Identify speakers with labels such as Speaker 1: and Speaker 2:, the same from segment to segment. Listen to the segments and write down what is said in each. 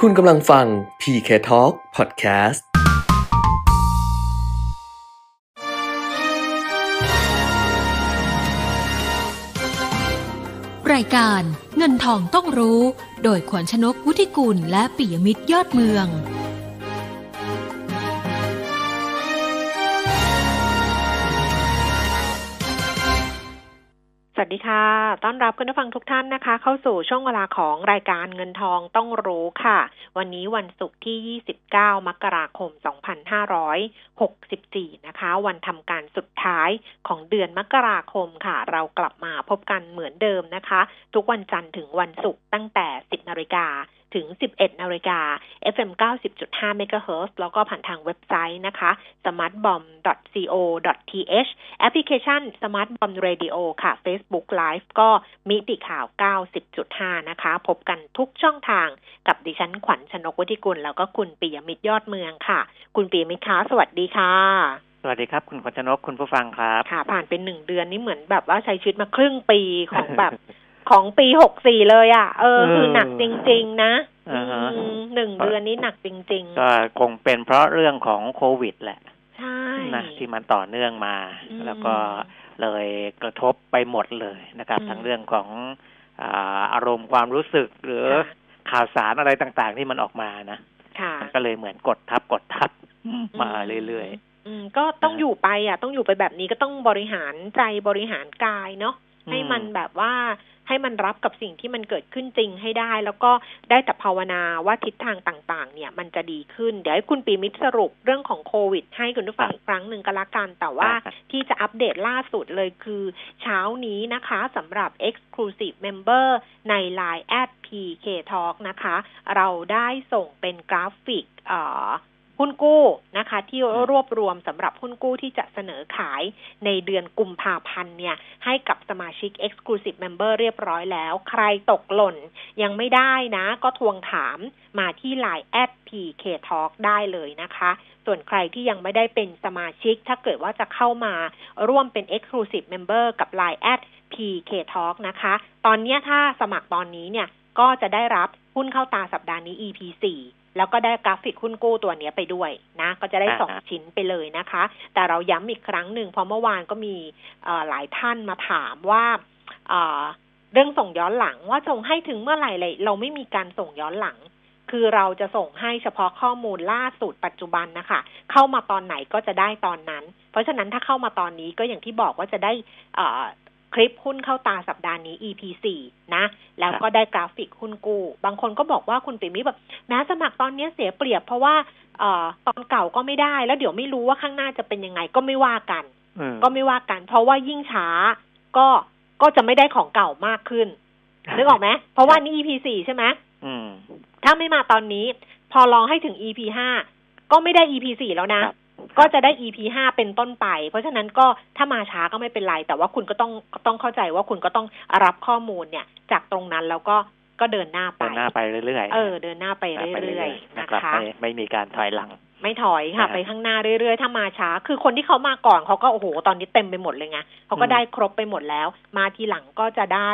Speaker 1: คุณกำลังฟัง PK Talk Podcast
Speaker 2: รายการเงินทองต้องรู้โดยขวัญชนก วุฒิกุลและปิยมิตรยอดเมือง
Speaker 3: สวัสดีค่ะต้อนรับคุณผู้ฟังทุกท่านนะคะเข้าสู่ช่วงเวลาของรายการเงินทองต้องรู้ค่ะวันนี้วันศุกร์ที่29มกราคม2564นะคะวันทำการสุดท้ายของเดือนมกราคมค่ะเรากลับมาพบกันเหมือนเดิมนะคะทุกวันจันทร์ถึงวันศุกร์ตั้งแต่ 10:00 นถึง 11:00 นFM 90.5 MHz แล้วก็ผ่านทางเว็บไซต์นะคะ smartbomb.co.th แอปพลิเคชัน Smart Bomb Radio ค่ะ Facebook Live ก็มิติข่าว 90.5 นะคะพบกันทุกช่องทางกับดิฉันขวัญชนก วุฒิกุลแล้วก็คุณปิยมิตรยอดเมืองค่ะคุณปิยมิตรคะสวัสดีค่ะ
Speaker 4: สวัสดีครับคุณขวัญชนกคุณผู้ฟังครับ
Speaker 3: ค่ะผ่านเป็น1เดือนนี่เหมือนแบบว่าใช้ชีวิตมาครึ่งปีของแบบ ของปี64เลยอ่ะคือหนักจริงๆนะ1เดือนนี้หนักจริงๆ
Speaker 4: ก็คงเป็นเพราะเรื่องของโควิดแหละ
Speaker 3: ใช่
Speaker 4: นะที่มันต่อเนื่องมาแล้วก็เลยกระทบไปหมดเลยนะครับทั้งเรื่องของอารมณ์ความรู้สึกหรือข่าวสารอะไรต่างๆที่มันออกมานะมันก็เลยเหมือนกดทับมาเรื่อย
Speaker 3: ๆก็ต้องอยู่ไปต้องอยู่ไปแบบนี้ก็ต้องบริหารใจบริหารกายเนาะให้มันแบบว่าให้มันรับกับสิ่งที่มันเกิดขึ้นจริงให้ได้แล้วก็ได้แต่ภาวนาว่าทิศทางต่างๆเนี่ยมันจะดีขึ้นเดี๋ยวให้คุณปิยมิตรสรุปเรื่องของโควิดให้คุณผู้ฟังอีกครั้งหนึ่งก็แล้วกันแต่ว่าที่จะอัปเดตล่าสุดเลยคือเช้านี้นะคะสำหรับ Exclusive Member ใน LINE @PK Talk นะคะเราได้ส่งเป็นกราฟิกหุ้นกู้นะคะที่รวบรวมสำหรับหุ้นกู้ที่จะเสนอขายในเดือนกุมภาพันธ์เนี่ยให้กับสมาชิก Exclusive Member เรียบร้อยแล้วใครตกหล่นยังไม่ได้นะก็ทวงถามมาที่ LINE @PK Talk ได้เลยนะคะส่วนใครที่ยังไม่ได้เป็นสมาชิกถ้าเกิดว่าจะเข้ามาร่วมเป็น Exclusive Member กับ LINE @PK Talk นะคะตอนนี้ถ้าสมัครตอนนี้เนี่ยก็จะได้รับหุ้นเข้าตาสัปดาห์นี้ EP 4แล้วก็ได้กราฟิกหุ้นกู้ตัวนี้ไปด้วยนะก็จะได้2ชิ้นไปเลยนะคะแต่เราย้ำอีกครั้งหนึ่งเพราะเมื่อวานก็มีหลายท่านมาถามว่าเรื่องส่งย้อนหลังว่าส่งให้ถึงเมื่อไหร่เลยเราไม่มีการส่งย้อนหลังคือเราจะส่งให้เฉพาะข้อมูลล่าสุดปัจจุบันนะคะเข้ามาตอนไหนก็จะได้ตอนนั้นเพราะฉะนั้นถ้าเข้ามาตอนนี้ก็อย่างที่บอกว่าจะได้คลิปหุ้นเข้าตาสัปดาห์นี้ EP 4นะแล้วก็ได้กราฟิกหุ้นกู้บางคนก็บอกว่าคุณปิยมิตรแบบแม้สมัครตอนนี้เสียเปรียบเพราะว่าตอนเก่าก็ไม่ได้แล้วเดี๋ยวไม่รู้ว่าข้างหน้าจะเป็นยังไงก็ไม่ว่ากันเพราะว่ายิ่งช้าก็จะไม่ได้ของเก่ามากขึ้นนึกออกไหมเพราะว่านี่ EP 4ใช่ไหมถ้าไม่มาตอนนี้พอรอให้ถึง EP 5ก็ไม่ได้ EP 4แล้วนะก็จะได้ EP 5เป็นต้นไปเพราะฉะนั้นก็ถ้ามาช้าก็ไม่เป็นไรแต่ว่าคุณก็ต้องเข้าใจว่าคุณก็ต้องรับข้อมูลเนี่ยจากตรงนั้นแล้วก็เดินหน้าไป
Speaker 4: เรื่อย
Speaker 3: ๆเดินหน้าไปเรื่อยๆนะคะ
Speaker 4: ไม่มีการถอยหลัง
Speaker 3: ไม่ถอยค่ะไปข้างหน้าเรื่อยๆถ้ามาช้าคือคนที่เขามาก่อนเขาก็โอ้โหตอนนี้เต็มไปหมดเลยไงเขาก็ได้ครบไปหมดแล้วมาทีหลังก็จะได้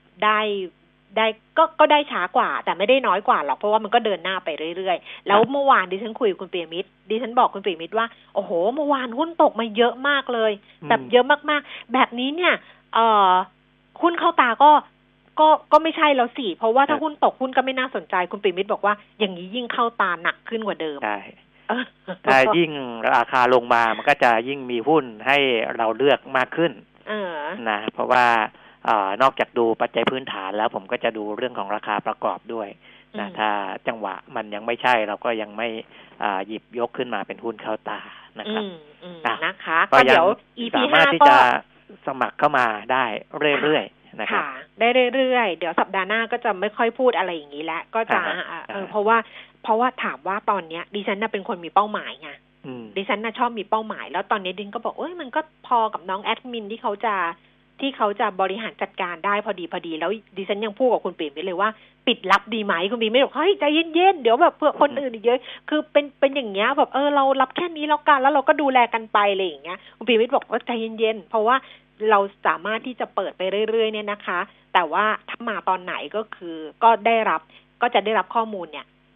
Speaker 3: ก็ได้ช้ากว่าแต่ไม่ได้น้อยกว่าหรอกเพราะว่ามันก็เดินหน้าไปเรื่อยๆแล้วเมื่อวานดิฉันคุยกับคุณปิยมิตรดิฉันบอกคุณปิยมิตรว่าโอ้โหเมื่อวานหุ้นตกมาเยอะมากเลยแบบเยอะมากๆแบบนี้เนี่ยหุ้นเข้าตาก็ไม่ใช่แล้วสิเพราะว่าถ้าหุ้นตกหุ้นก็ไม่น่าสนใจคุณปิยมิตรบอกว่าอย่างนี้ยิ่งเข้าตาหนักขึ้นกว่าเดิม
Speaker 4: ใช่ถ้ายิ่งราคาลงมามันก็จะยิ่งมีหุ้นให้เราเลือกมากขึ้นนะเพราะว่านอกจากดูปัจจัยพื้นฐานแล้วผมก็จะดูเรื่องของราคาประกอบด้วยนะถ้าจังหวะมันยังไม่ใช่เราก็ยังไม่หยิบยกขึ้นมาเป็นหุ้นเข้าตานะครับ
Speaker 3: นะคะก็เดี๋ยว EP 5
Speaker 4: ที่จะสมัครเข้ามาได้เรื่อยๆนะครับ
Speaker 3: ได้เรื่อยๆเดี๋ยวสัปดาห์หน้าก็จะไม่ค่อยพูดอะไรอย่างนี้แล้วก็จะเพราะว่าถามว่าตอนนี้ดิฉันน่ะเป็นคนมีเป้าหมายไงดิฉันน่ะชอบมีเป้าหมายแล้วตอนนี้ดิฉันก็บอกมันก็พอกับน้องแอดมินที่เขาจะบริหารจัดการได้พอดีแล้วดิฉันยังพูดกับคุณปิยมิตรเลยว่าปิดลับดีไหมคุณปิยมิตรบอกเฮ้ยใจเย็นๆเดี๋ยวแบบเพื่อคนอื่นอีกเยอะคือเป็นอย่างเงี้ยแบบเรารับแค่นี้แล้วกันแล้วเราก็ดูแลกันไปอะไรอย่างเงี้ยคุณปิยมิตรบอกว่าใจเย็นๆเพราะว่าเราสามารถที่จะเปิดไปเรื่อยๆเนี่ยนะคะแต่ว่าถ้ามาตอนไหนก็คือก็จะได้รับข้อมูลเนี่ย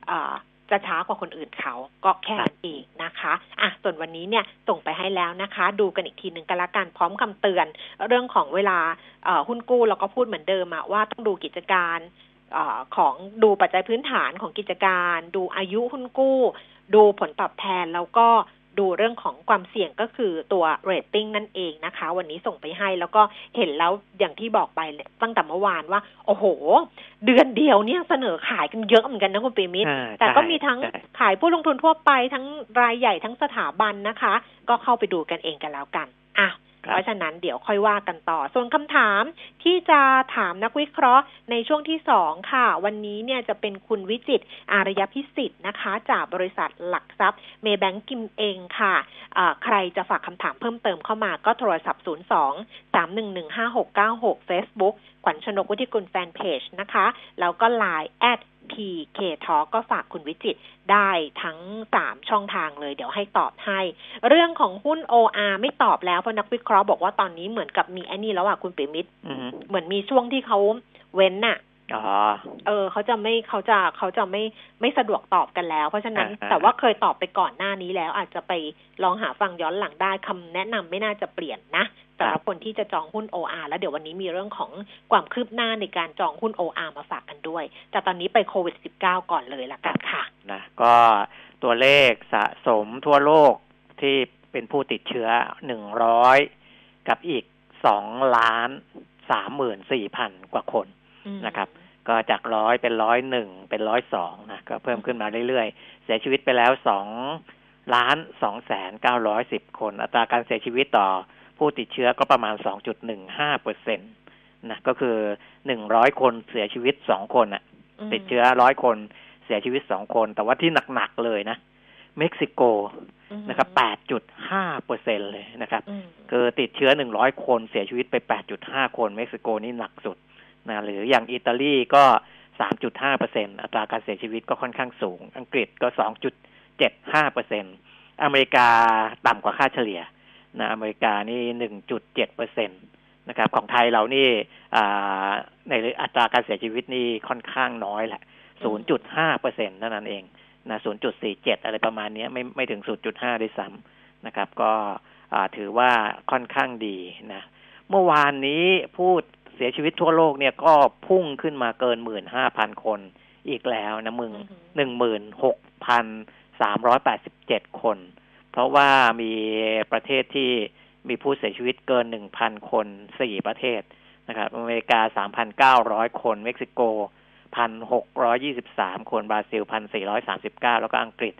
Speaker 3: จะช้ากว่าคนอื่นเขาก็แค่นั้นเองนะคะส่วนวันนี้เนี่ยส่งไปให้แล้วนะคะดูกันอีกทีนึงกันละกันพร้อมคำเตือนเรื่องของเวลาหุ้นกู้เราก็พูดเหมือนเดิมว่าต้องดูกิจการของดูปัจจัยพื้นฐานของกิจการดูอายุหุ้นกู้ดูผลตอบแทนแล้วก็ดูเรื่องของความเสี่ยงก็คือตัวเรตติ้งนั่นเองนะคะวันนี้ส่งไปให้แล้วก็เห็นแล้วอย่างที่บอกไปตั้งแต่เมื่อวานว่าโอ้โหเดือนเดียวเนี่ยเสนอขายกันเยอะเหมือนกันนะคุณปิมิตรแต่ก็มีทั้งขายผู้ลงทุนทั่วไปทั้งรายใหญ่ทั้งสถาบันนะคะก็เข้าไปดูกันเองกันแล้วกันเพราะฉะนั้นเดี๋ยวค่อยว่ากันต่อส่วนคำถามที่จะถามนักวิเคราะห์ในช่วงที่2ค่ะวันนี้เนี่ยจะเป็นคุณวิจิตรอารยพิสิทธิ์นะคะจากบริษัทหลักทรัพย์เมย์แบงก์กิมเองค่ะใครจะฝากคำถามเพิ่มเติมเข้ามาก็โทรศัพท์02-311-5696 Facebook ขวัญชนกวุฒิกุลแฟนเพจนะคะแล้วก็ LINE @PK Talk ก็ฝากคุณวิจิตรได้ทั้ง3ช่องทางเลยเดี๋ยวให้ตอบให้เรื่องของหุ้น OR ไม่ตอบแล้วเพราะนักวิเคราะห์บอกว่าตอนนี้เหมือนกับมีไอ้นี่แล้วคุณปิมิตรเหมือนมีช่วงที่เขาเว้นเขาจะไม่สะดวกตอบกันแล้วเพราะฉะนั้นแต่ว่าเคยตอบไปก่อนหน้านี้แล้วอาจจะไปลองหาฟังย้อนหลังได้คำแนะนำไม่น่าจะเปลี่ยนนะสำหรับคนที่จะจองหุ้น OR แล้วเดี๋ยววันนี้มีเรื่องของความคืบหน้าในการจองหุ้น OR มาฝากกันด้วยแต่ตอนนี้ไปโควิด -19 ก่อนเลยละกันค่ะ
Speaker 4: นะก็ตัวเลขสะสมทั่วโลกที่เป็นผู้ติดเชื้อ100กับอีก2,34,000 กว่าคนนะครับก็จาก100เป็น101เป็น102นะก็เพิ่มขึ้นมาเรื่อยๆเสียชีวิตไปแล้ว2,290,910 คนอัตราการเสียชีวิตต่อผู้ติดเชื้อก็ประมาณ 2.15% นะก็คือ100คนเสียชีวิต2คนติดเชื้อ100คนเสียชีวิต2คนแต่ว่าที่หนักๆเลยนะเม็กซิโกนะครับ 8.5% เลยนะครับคือติดเชื้อ100คนเสียชีวิตไป 8.5 คนเม็กซิโกนี่หนักสุดนะหรืออย่างอิตาลีก็ 3.5% อัตราการเสียชีวิตก็ค่อนข้างสูงอังกฤษก็ 2.75% อเมริกาต่ำกว่าค่าเฉลี่ยนะอเมริกานี่ 1.7% นะครับของไทยเรานี่ในอัตราการเสียชีวิตนี่ค่อนข้างน้อยแหละ 0.5% เท่านั้นเองนะ 0.47 อะไรประมาณนี้ไม่ถึง 0.5 ด้วยซ้ำนะครับก็ถือว่าค่อนข้างดีนะเมื่อวานนี้ผู้เสียชีวิตทั่วโลกเนี่ยก็พุ่งขึ้นมาเกิน 15,000 คนอีกแล้วนะ16,387 คนเพราะว่ามีประเทศที่มีผู้เสียชีวิตเกิน 1,000 คน4ประเทศนะครับอเมริกา 3,900 คนเม็กซิโก 1,623 คนบราซิล 1,439 แล้วก็อังกฤษ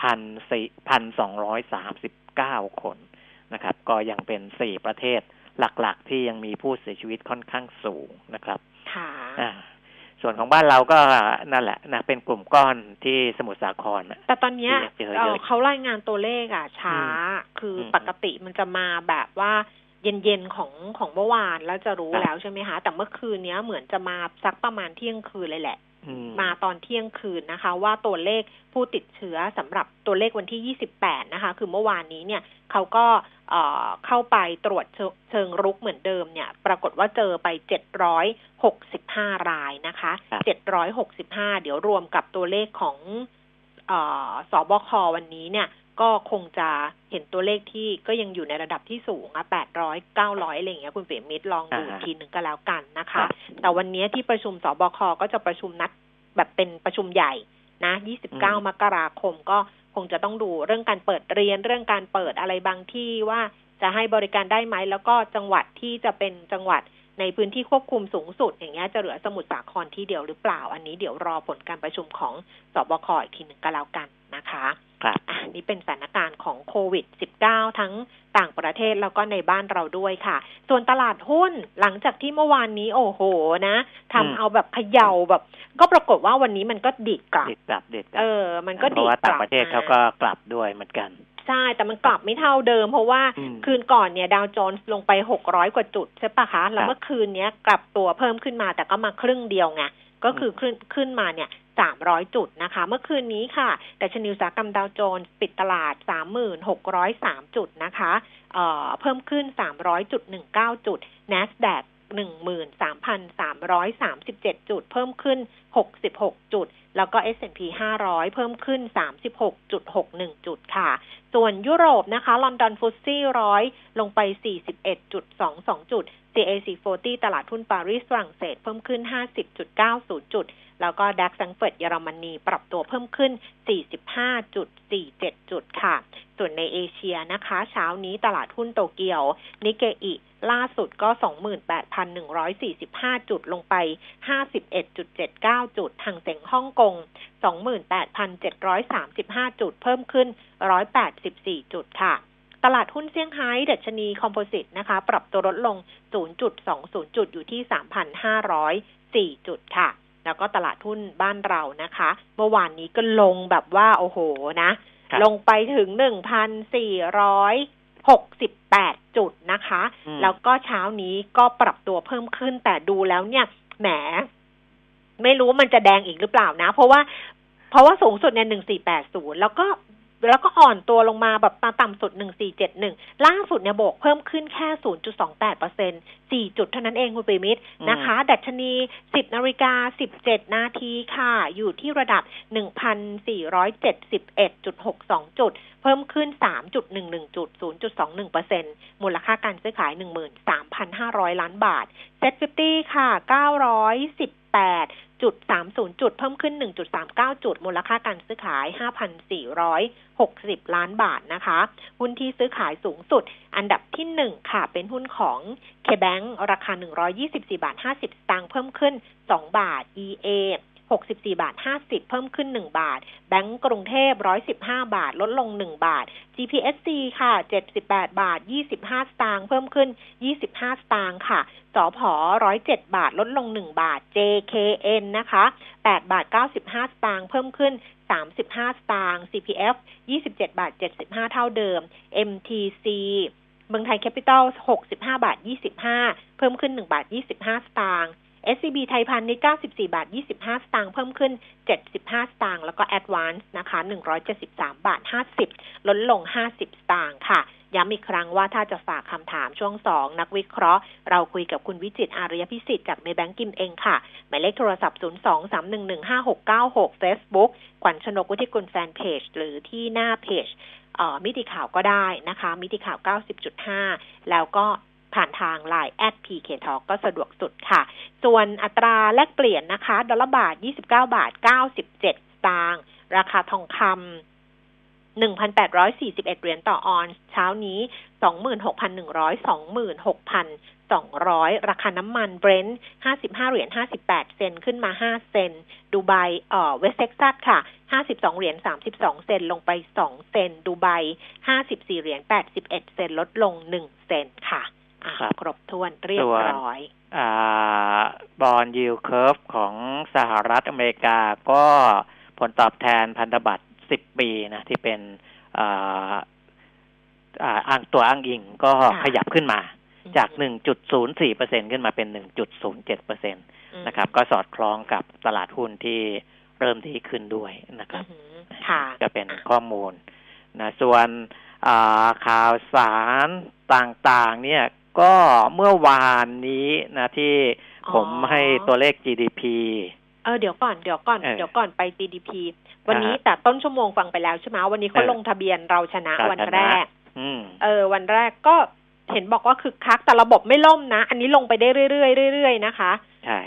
Speaker 4: 1,239 คนนะครับก็ยังเป็น4ประเทศหลักๆที่ยังมีผู้เสียชีวิตค่อนข้างสูงนะครับ
Speaker 3: ค่ะ
Speaker 4: ส่วนของบ้านเราก็นั่นแหละนะเป็นกลุ่มก้อนที่สมุทรสาคร
Speaker 3: แต่ตอนนี้เขารายงานตัวเลขช้าคือปกติมันจะมาแบบว่าเย็นๆของเมื่อวานแล้วจะรู้แล้วใช่ไหมคะแต่เมื่อคืนนี้เหมือนจะมาสักประมาณเที่ยงคืนเลยแหละมาตอนเที่ยงคืนนะคะว่าตัวเลขผู้ติดเชื้อสำหรับตัวเลขวันที่28นะคะคือเมื่อวานนี้เนี่ยเขาก็เข้าไปตรวจเชิงรุกเหมือนเดิมเนี่ยปรากฏว่าเจอไป765รายนะคะ765เดี๋ยวรวมกับตัวเลขของสบควันนี้เนี่ยก็คงจะเห็นตัวเลขที่ก็ยังอยู่ในระดับที่สูง800 900อะไรอย่างเงี้ยคุณเปียมิตรลองดูทีนึงก็แล้วกันนะคะแต่วันนี้ที่ประชุมสบคก็จะประชุมนัดแบบเป็นประชุมใหญ่นะ29มกราคมก็คงจะต้องดูเรื่องการเปิดเรียนเรื่องการเปิดอะไรบางที่ว่าจะให้บริการได้ไหมแล้วก็จังหวัดที่จะเป็นจังหวัดในพื้นที่ควบคุมสูงสุดอย่างเงี้ยจะเหลือสมุทรสาครที่เดียวหรือเปล่าอันนี้เดี๋ยวรอผลการประชุมของสบคอีกทีนึงก็แล้วกันนะคะนี่เป็นสถานการณ์ของโควิด -19 ทั้งต่างประเทศแล้วก็ในบ้านเราด้วยค่ะส่วนตลาดหุ้นหลังจากที่เมื่อวานนี้โอ้โหนะทำเอาแบบเขย่าแบบก็ปรากฏว่าวันนี้มันก็ดีดกลับมันก็ดีดกลับเพราะ
Speaker 4: ว่าต่างประเทศเขาก็กลับด้วยเหมือนกัน
Speaker 3: ใช่แต่มันกลับไม่เท่าเดิมเพราะว่าคืนก่อนเนี่ยดาวโจนส์ลงไป600กว่าจุดใช่ปะคะแล้วเมื่อคืนนี้กลับตัวเพิ่มขึ้นมาแต่ก็มาครึ่งเดียวไงก็คือขึ้นมาเนี่ย300จุดนะคะเมื่อคืนนี้ค่ะดัชนีอุตสาหกรรมดาวโจนส์ปิดตลาด 3603 จุดนะคะเพิ่มขึ้น 300.19 จุด NASDAQ 13,337 จุดเพิ่มขึ้น66จุดแล้วก็ S&P 500เพิ่มขึ้น 36.61 จุดค่ะส่วนยุโรปนะคะลอนดอนฟุตซี่100ลงไป 41.22 จุด CAC 40ตลาดหุ้นปารีสฝรั่งเศสเพิ่มขึ้น 50.90 จุดแล้วก็ดัคแฟรงก์เฟิร์ตเยอรมนีปรับตัวเพิ่มขึ้น 45.47 จุดค่ะส่วนในเอเชียนะคะเช้านี้ตลาดหุ้นโตเกียวนิเกอิล่าสุดก็ 28,145 จุดลงไป 51.79 จุดห่างเส็งฮ่องกง 28,735 จุดเพิ่มขึ้น 184 จุดค่ะตลาดหุ้นเซี่ยงไฮ้ดัชนีคอมโพสิตนะคะปรับตัวลดลง 0.20 จุดอยู่ที่ 3,504 จุดค่ะแล้วก็ตลาดหุ้นบ้านเรานะคะเมื่อวานนี้ก็ลงแบบว่าโอ้โหนะลงไปถึง 1,468 จุดนะคะแล้วก็เช้านี้ก็ปรับตัวเพิ่มขึ้นแต่ดูแล้วเนี่ยแหมไม่รู้มันจะแดงอีกหรือเปล่านะเพราะว่าสูงสุดเนี่ย1480แล้วก็อ่อนตัวลงมาแบบต่ำสุด1471ล่าสุดเนี่ยบวกเพิ่มขึ้นแค่ 0.28% 4 จุดเท่านั้นเองคุณปิมิตรนะคะดัชนี 10:17 นาทีค่ะอยู่ที่ระดับ 1,471.62 จุดเพิ่มขึ้น 3.11 จุด 0.21% มูลค่าการซื้อขาย 13,500 ล้านบาท SET50 ค่ะ918.30 จุดเพิ่มขึ้น 1.39 จุดมูลค่าการซื้อขาย 5,460 ล้านบาทนะคะหุ้นที่ซื้อขายสูงสุดอันดับที่1ค่ะเป็นหุ้นของ KBank ราคา124.50 บาทเพิ่มขึ้น2บาท EA 64.50 เพิ่มขึ้น1บาทแบงก์กรุงเทพ115 บาทลดลง1บาท GPSC ค่ะ78.25 บาทเพิ่มขึ้น25 สตางค์ค่ะสผ107 บาทลดลง1บาท JKN นะคะ8.95 บาทเพิ่มขึ้น35 สตางค์ CPF 27.75 บาทเท่าเดิม MTC เมืองไทยแคปิตอล65.25 บาทเพิ่มขึ้น1.25 บาทสตางค์SCB ไทยพาณิชย์ 94.25 บาทเพิ่มขึ้น75 สตางค์แล้วก็ Advance นะคะ173.50 บาทลดลง50 สตางค์ค่ะย้ำอีกครั้งว่าถ้าจะฝากคำถามช่วง2นักวิเคราะห์เราคุยกับคุณวิจิตร อาริยพิสิทธิ์จาก Maybank กิมเองค่ะหมายเลขโทรศัพท์ 02-311-5696 Facebook ขวัญชนกวุฒิกุลแฟนเพจหรือที่หน้าเพจมิติข่าวก็ได้นะคะมิติข่าว 90.5 แล้วก็ผ่านทาง LINE @PKTalk ก็สะดวกสุดค่ะส่วนอัตราแลกเปลี่ยนนะคะดอลลาร์บาท 29.97 สตางค์ราคาทองคำ 1,841 เหรียญต่อออนซ์เช้านี้ 26,100 26,200 ราคาน้ำมันเบรนท์55.58 เซนต์ขึ้นมา5เซนต์ดูไบเวสต์เท็กซัสค่ะ52.32 เซนต์ลงไป2เซนต์ดูไบ54.81 เซนต์ลดลง1เซนต์ค่ะครบถ้วนเรียบร้อย
Speaker 4: บอนด์ยิลด์เคิร์ฟของสหรัฐอเมริกาก็ผลตอบแทนพันธบัตร10 ปีนะที่เป็นอ้างอิงก็ขยับขึ้นมาจาก 1.04% ขึ้นมาเป็น 1.07% นะครับก็สอดคล้องกับตลาดหุ้นที่เริ่มดีขึ้นด้วยนะครับจะเป็นข้อมูลนะส่วนข่าวสารต่างๆเนี่ยก็เมื่อวานนี้นะที่ผมให้ตัวเลข GDP
Speaker 3: เดี๋ยวก่อนไป GDP วันนี้แต่ต้นชั่วโมงฟังไปแล้วใช่ไหมวันนี้เขาลงทะเบียนเราชนะวันแรกวันแรกก็เห็นบอกว่าคึกคักแต่ระบบไม่ล่มนะอันนี้ลงไปได้เรื่อยๆนะคะ
Speaker 4: ใช่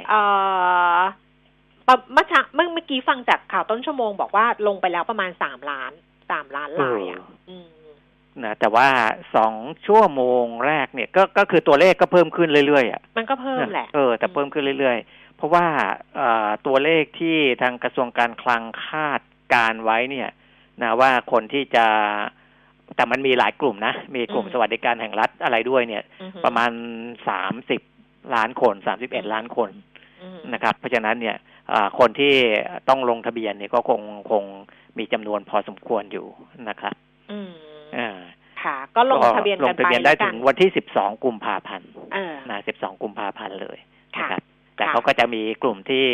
Speaker 3: เมื่อกี้ฟังจากข่าวต้นชั่วโมงบอกว่าลงไปแล้วประมาณ3 ล้านลาย
Speaker 4: นะแต่ว่า2 ชั่วโมงแรกเนี่ยก็คือตัวเลขก็เพิ่มขึ้นเรื่อยๆ
Speaker 3: มันก็เพิ่มแหละ
Speaker 4: แต่เพิ่มขึ้นเรื่อยๆเพราะว่าตัวเลขที่ทางกระทรวงการคลังคาดการไว้เนี่ยนะว่าคนที่จะแต่มันมีหลายกลุ่มนะมีกลุ่มสวัสดิการแห่งรัฐอะไรด้วยเนี่ยประมาณ30 ล้านคน31 ล้านคนนะครับเพราะฉะนั้นเนี่ยคนที่ต้องลงทะเบียนเนี่ยก็คงมีจำนวนพอสมควรอยู่นะครับ
Speaker 3: ค่ะก็ลงทะเบียนกันไป
Speaker 4: ได้ถึงวันที่12 กุมภาพันธ์นะ12 กุมภาพันธ์เลยนะครับแต่เขาก็จะมีกลุ่มที่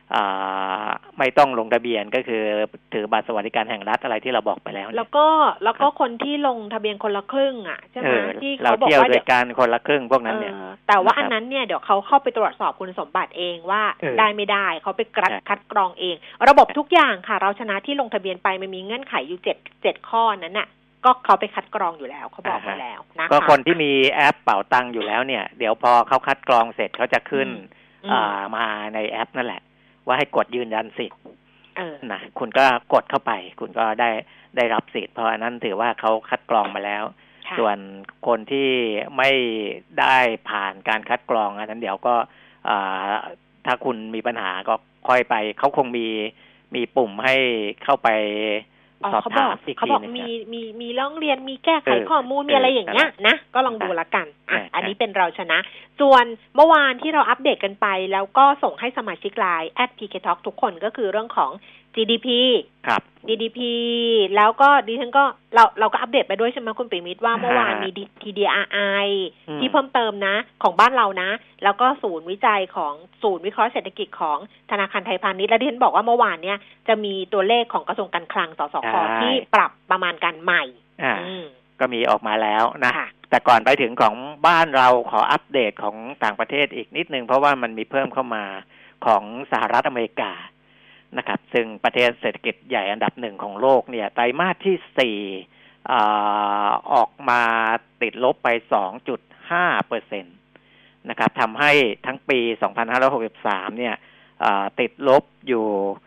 Speaker 4: ไม่ต้องลงทะเบียนก็คือถือบัตรสวัสดิการแห่งรัฐอะไรที่เราบอกไปแล้ว
Speaker 3: แล้วก็คนที่ลงทะเบียนคนละครึ่งอ่ะใช่ไหมที่
Speaker 4: เขาบอกว่าโดยการคนละครึ่งพวกนั้นเนี่ย
Speaker 3: แต่ว่าอันนั้นเนี่ยเดี๋ยวเขาเข้าไปตรวจสอบคุณสมบัติเองว่าได้ไม่ได้เขาไปคัดกรองเองระบบทุกอย่างค่ะเราชนะที่ลงทะเบียนไปมันมีเงื่อนไขอยู่7ข้อนั้นน่ะก็เขาไปคัดกรองอยู่แล้วเขาบอกไว้แล้วนะคะ
Speaker 4: ก็คนที่มีแอปเป๋าตังค์อยู่แล้วเนี่ยเดี๋ยวพอเขาคัดกรองเสร็จเขาจะขึ้นมาในแอปนั่นแหละว่าให้กดยืนยันสิทธิ์นะคุณก็กดเข้าไปคุณก็ได้รับสิทธิ์เพราะอันนั้นถือว่าเขาคัดกรองมาแล้วส่วนคนที่ไม่ได้ผ่านการคัดกรองอันนั้นเดี๋ยวก็ถ้าคุณมีปัญหาก็ค่อยไปเขาคงมีปุ่มให้เข้าไปสอบถามอีกทีนึงเขาบอก
Speaker 3: มีร้องเรียนมีแก้ไขข้อมูลมีอะไรอย่างเงี้ยนะก็ลองดูละกันอันนี้เป็นเราชนะส่วนเมื่อวานที่เราอัปเดตกันไปแล้วก็ส่งให้สมาชิกไลน์ @PKTalk ทุกคนก็คือเรื่องของ GDP
Speaker 4: ครับ
Speaker 3: GDP แล้วก็ดิฉันก็เราก็อัปเดตไปด้วยใช่ไหมคุณปิมิตรว่าเมื่อวานมี TDRI ที่เพิ่มเติมนะของบ้านเรานะแล้วก็ศูนย์วิจัยของศูนย์วิเคราะห์เศรษฐกิจของธนาคารไทยพาณิชย์และดิฉันบอกว่าเมื่อวานเนี่ยจะมีตัวเลขของกระทรวงการคลังสสค.ที่ปรับประมาณการใหม่
Speaker 4: ก็มีออกมาแล้วนะแต่ก่อนไปถึงของบ้านเราขออัปเดตของต่างประเทศอีกนิดนึงเพราะว่ามันมีเพิ่มเข้ามาของสหรัฐอเมริกานะครับซึ่งประเทศเศรษฐกิจใหญ่อันดับ1ของโลกเนี่ยไตรมาสที่4ออกมาติดลบไป 2.5% นะครับทำให้ทั้งปี 2563 เนี่ยติดลบอยู่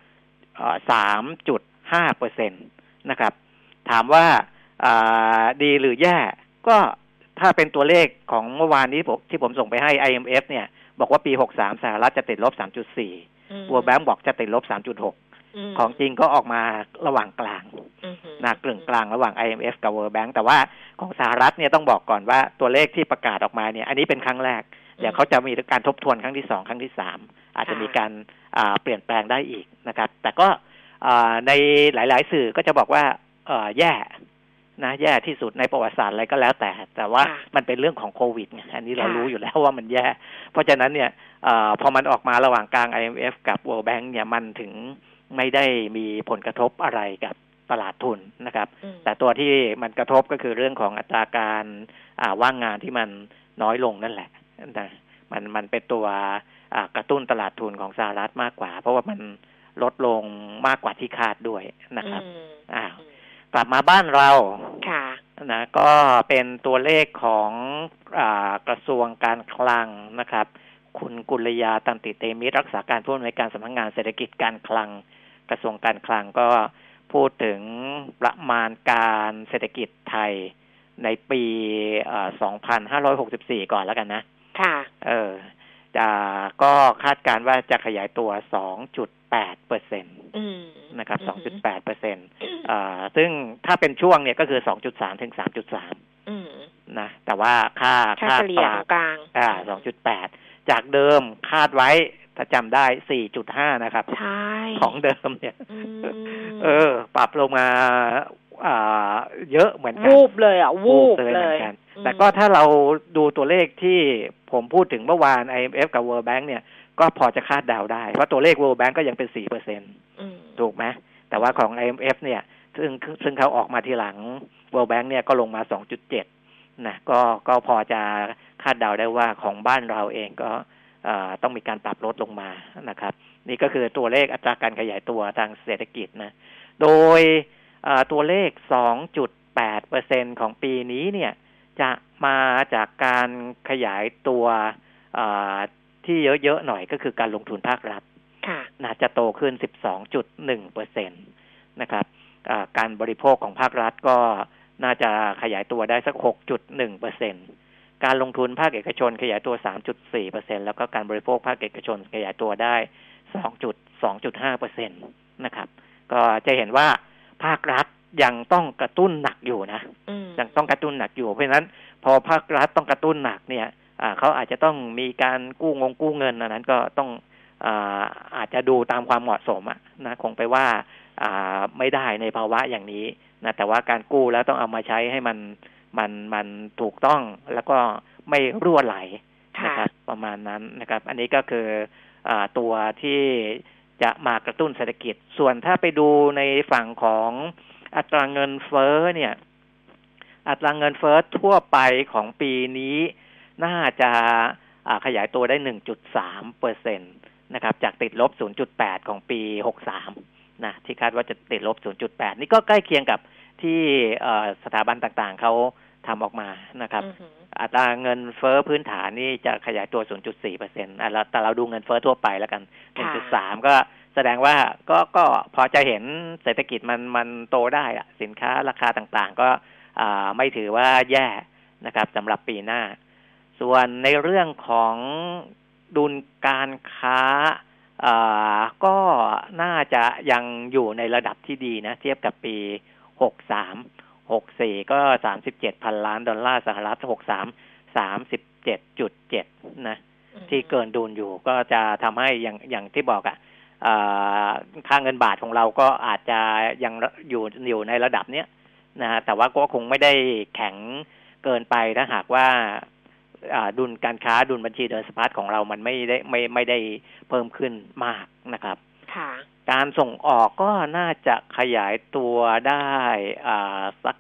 Speaker 4: 3.5% นะครับถามว่าดีหรือแย่ก็ถ้าเป็นตัวเลขของเมื่อวานนี้ที่ผมส่งไปให้ IMF เนี่ยบอกว่าปี 63 สหรัฐจะติดลบ 3.4 World Bank บอกจะติดลบ 3.6 ของจริงก็ออกมาระหว่างกลางนะกึ่งกลางระหว่าง IMF กับ World Bank แต่ว่าของสหรัฐเนี่ยต้องบอกก่อนว่าตัวเลขที่ประกาศออกมาเนี่ยอันนี้เป็นครั้งแรกเดี๋ยวเขาจะมีการทบทวนครั้งที่2ครั้งที่3อาจจะมีการเปลี่ยนแปลงได้อีกนะครับแต่ก็ในหลายๆสื่อก็จะบอกว่าแย่นะแย่ที่สุดในประวัติศาสตร์อะไรก็แล้วแต่ว่ามันเป็นเรื่องของโควิดไงอันนี้เรารู้อยู่แล้วว่ามันแย่เพราะฉะนั้นเนี่ยพอมันออกมาระหว่างกลาง IMF กับ World Bank เนี่ยมันถึงไม่ได้มีผลกระทบอะไรกับตลาดทุนนะครับแต่ตัวที่มันกระทบก็คือเรื่องของอัตราการว่างงานที่มันน้อยลงนั่นแหละนะมันเป็นตัวกระตุ้นตลาดทุนของสหรัฐมากกว่าเพราะว่ามันลดลงมากกว่าที่คาดด้วยนะครับกลับมาบ้านเรา
Speaker 3: ค่ะ
Speaker 4: นะก็เป็นตัวเลขของกระทรวงการคลังนะครับคุณกุลยาตันติเตมิตรรักษาการผู้อำนวยการสำนักงานเศรษฐกิจการคลังกระทรวงการคลังก็พูดถึงประมาณการเศรษฐกิจไทยในปี2564ก่อนแล้วกันนะ
Speaker 3: ค่ะ
Speaker 4: ก็คาดการณ์ว่าจะขยายตัว 2.8% นะครับ 2.8% ซึ่งถ้าเป็นช่วงเนี่ยก็คือ 2.3 ถึง 3.3 นะแต่ว่าค่า
Speaker 3: เฉลี่ยกลาง
Speaker 4: 2.8 จากเดิมคาดไว้ถ้าจำได้ 4.5 นะครับของเดิมเนี่ยปรับลงมาเยอะเหมือนกัน
Speaker 3: วูบเลยวูบเลย
Speaker 4: แต่ก็ถ้าเราดูตัวเลขที่ผมพูดถึงเมื่อวาน IMF กับ World Bank เนี่ยก็พอจะคาดเดาได้เพราะตัวเลข World Bank ก็ยังเป็น 4% ถูกไหมแต่ว่าของ IMF เนี่ยซึ่งเขาออกมาทีหลัง World Bank เนี่ยก็ลงมา 2.7 นะก็พอจะคาดเดาได้ว่าของบ้านเราเองก็ต้องมีการปรับลดลงมานะครับนี่ก็คือตัวเลขอัตราการขยายตัวทางเศรษฐกิจนะโดยตัวเลข 2.8% ของปีนี้เนี่ยจะมาจากการขยายตัวที่เยอะๆหน่อยก็คือการลงทุนภาครัฐน่าจะโตขึ้น 12.1% นะครับการบริโภคของภาครัฐก็น่าจะขยายตัวได้สัก 6.1% การลงทุนภาคเอกชนขยายตัว 3.4% แล้วก็การบริโภคภาคเอกชนขยายตัวได้ 2.5% นะครับก็จะเห็นว่าภาครัฐยังต้องกระตุ้นหนักอยู่นะยังต้องกระตุ้นหนักอยู่เพราะฉะนั้นพอภาครัฐต้องกระตุ้นหนักเนี่ยเขาอาจจะต้องมีการกู้เงินอันนั้นก็ต้องอาจจะดูตามความเหมาะสมนะคงไปว่าไม่ได้ในภาวะอย่างนี้นะแต่ว่าการกู้แล้วต้องเอามาใช้ให้มันถูกต้องแล้วก็ไม่รั่วไหลนะครับประมาณนั้นนะครับอันนี้ก็คือตัวที่จะมากระตุ้นเศรษฐกิจส่วนถ้าไปดูในฝั่งของอัตราเงินเฟ้อเนี่ยอัตราเงินเฟ้อทั่วไปของปีนี้น่าจะขยายตัวได้ 1.3% นะครับจากติดลบ 0.8 ของปี63นะที่คาดว่าจะติดลบ 0.8 นี่ก็ใกล้เคียงกับที่สถาบันต่างๆเขาทำออกมานะครับอัตราเงินเฟ้อพื้นฐานนี่จะขยายตัว 0.4% แต่เราดูเงินเฟ้อทั่วไปแล้วกัน 1.3 ก็แสดงว่าก็พอจะเห็นเศรษฐกิจมันโตได้อะสินค้าราคาต่างๆก็ไม่ถือว่าแย่นะครับสำหรับปีหน้าส่วนในเรื่องของดุลการค้าก็น่าจะยังอยู่ในระดับที่ดีนะเทียบกับปี63-64ก็37,000 ล้านดอลลาร์สหรัฐ63 37.7 นะที่เกินดุลอยู่ก็จะทำให้อย่างที่บอกค่าเงินบาทของเราก็อาจจะยังอยู่ในระดับเนี้ยนะแต่ว่าก็คงไม่ได้แข็งเกินไปถ้าหากว่าดุลการค้าดุลบัญชีเดินสะพัดของเรามันไม่ได้เพิ่มขึ้นมากนะครับการส่งออกก็น่าจะขยายตัวได้สัก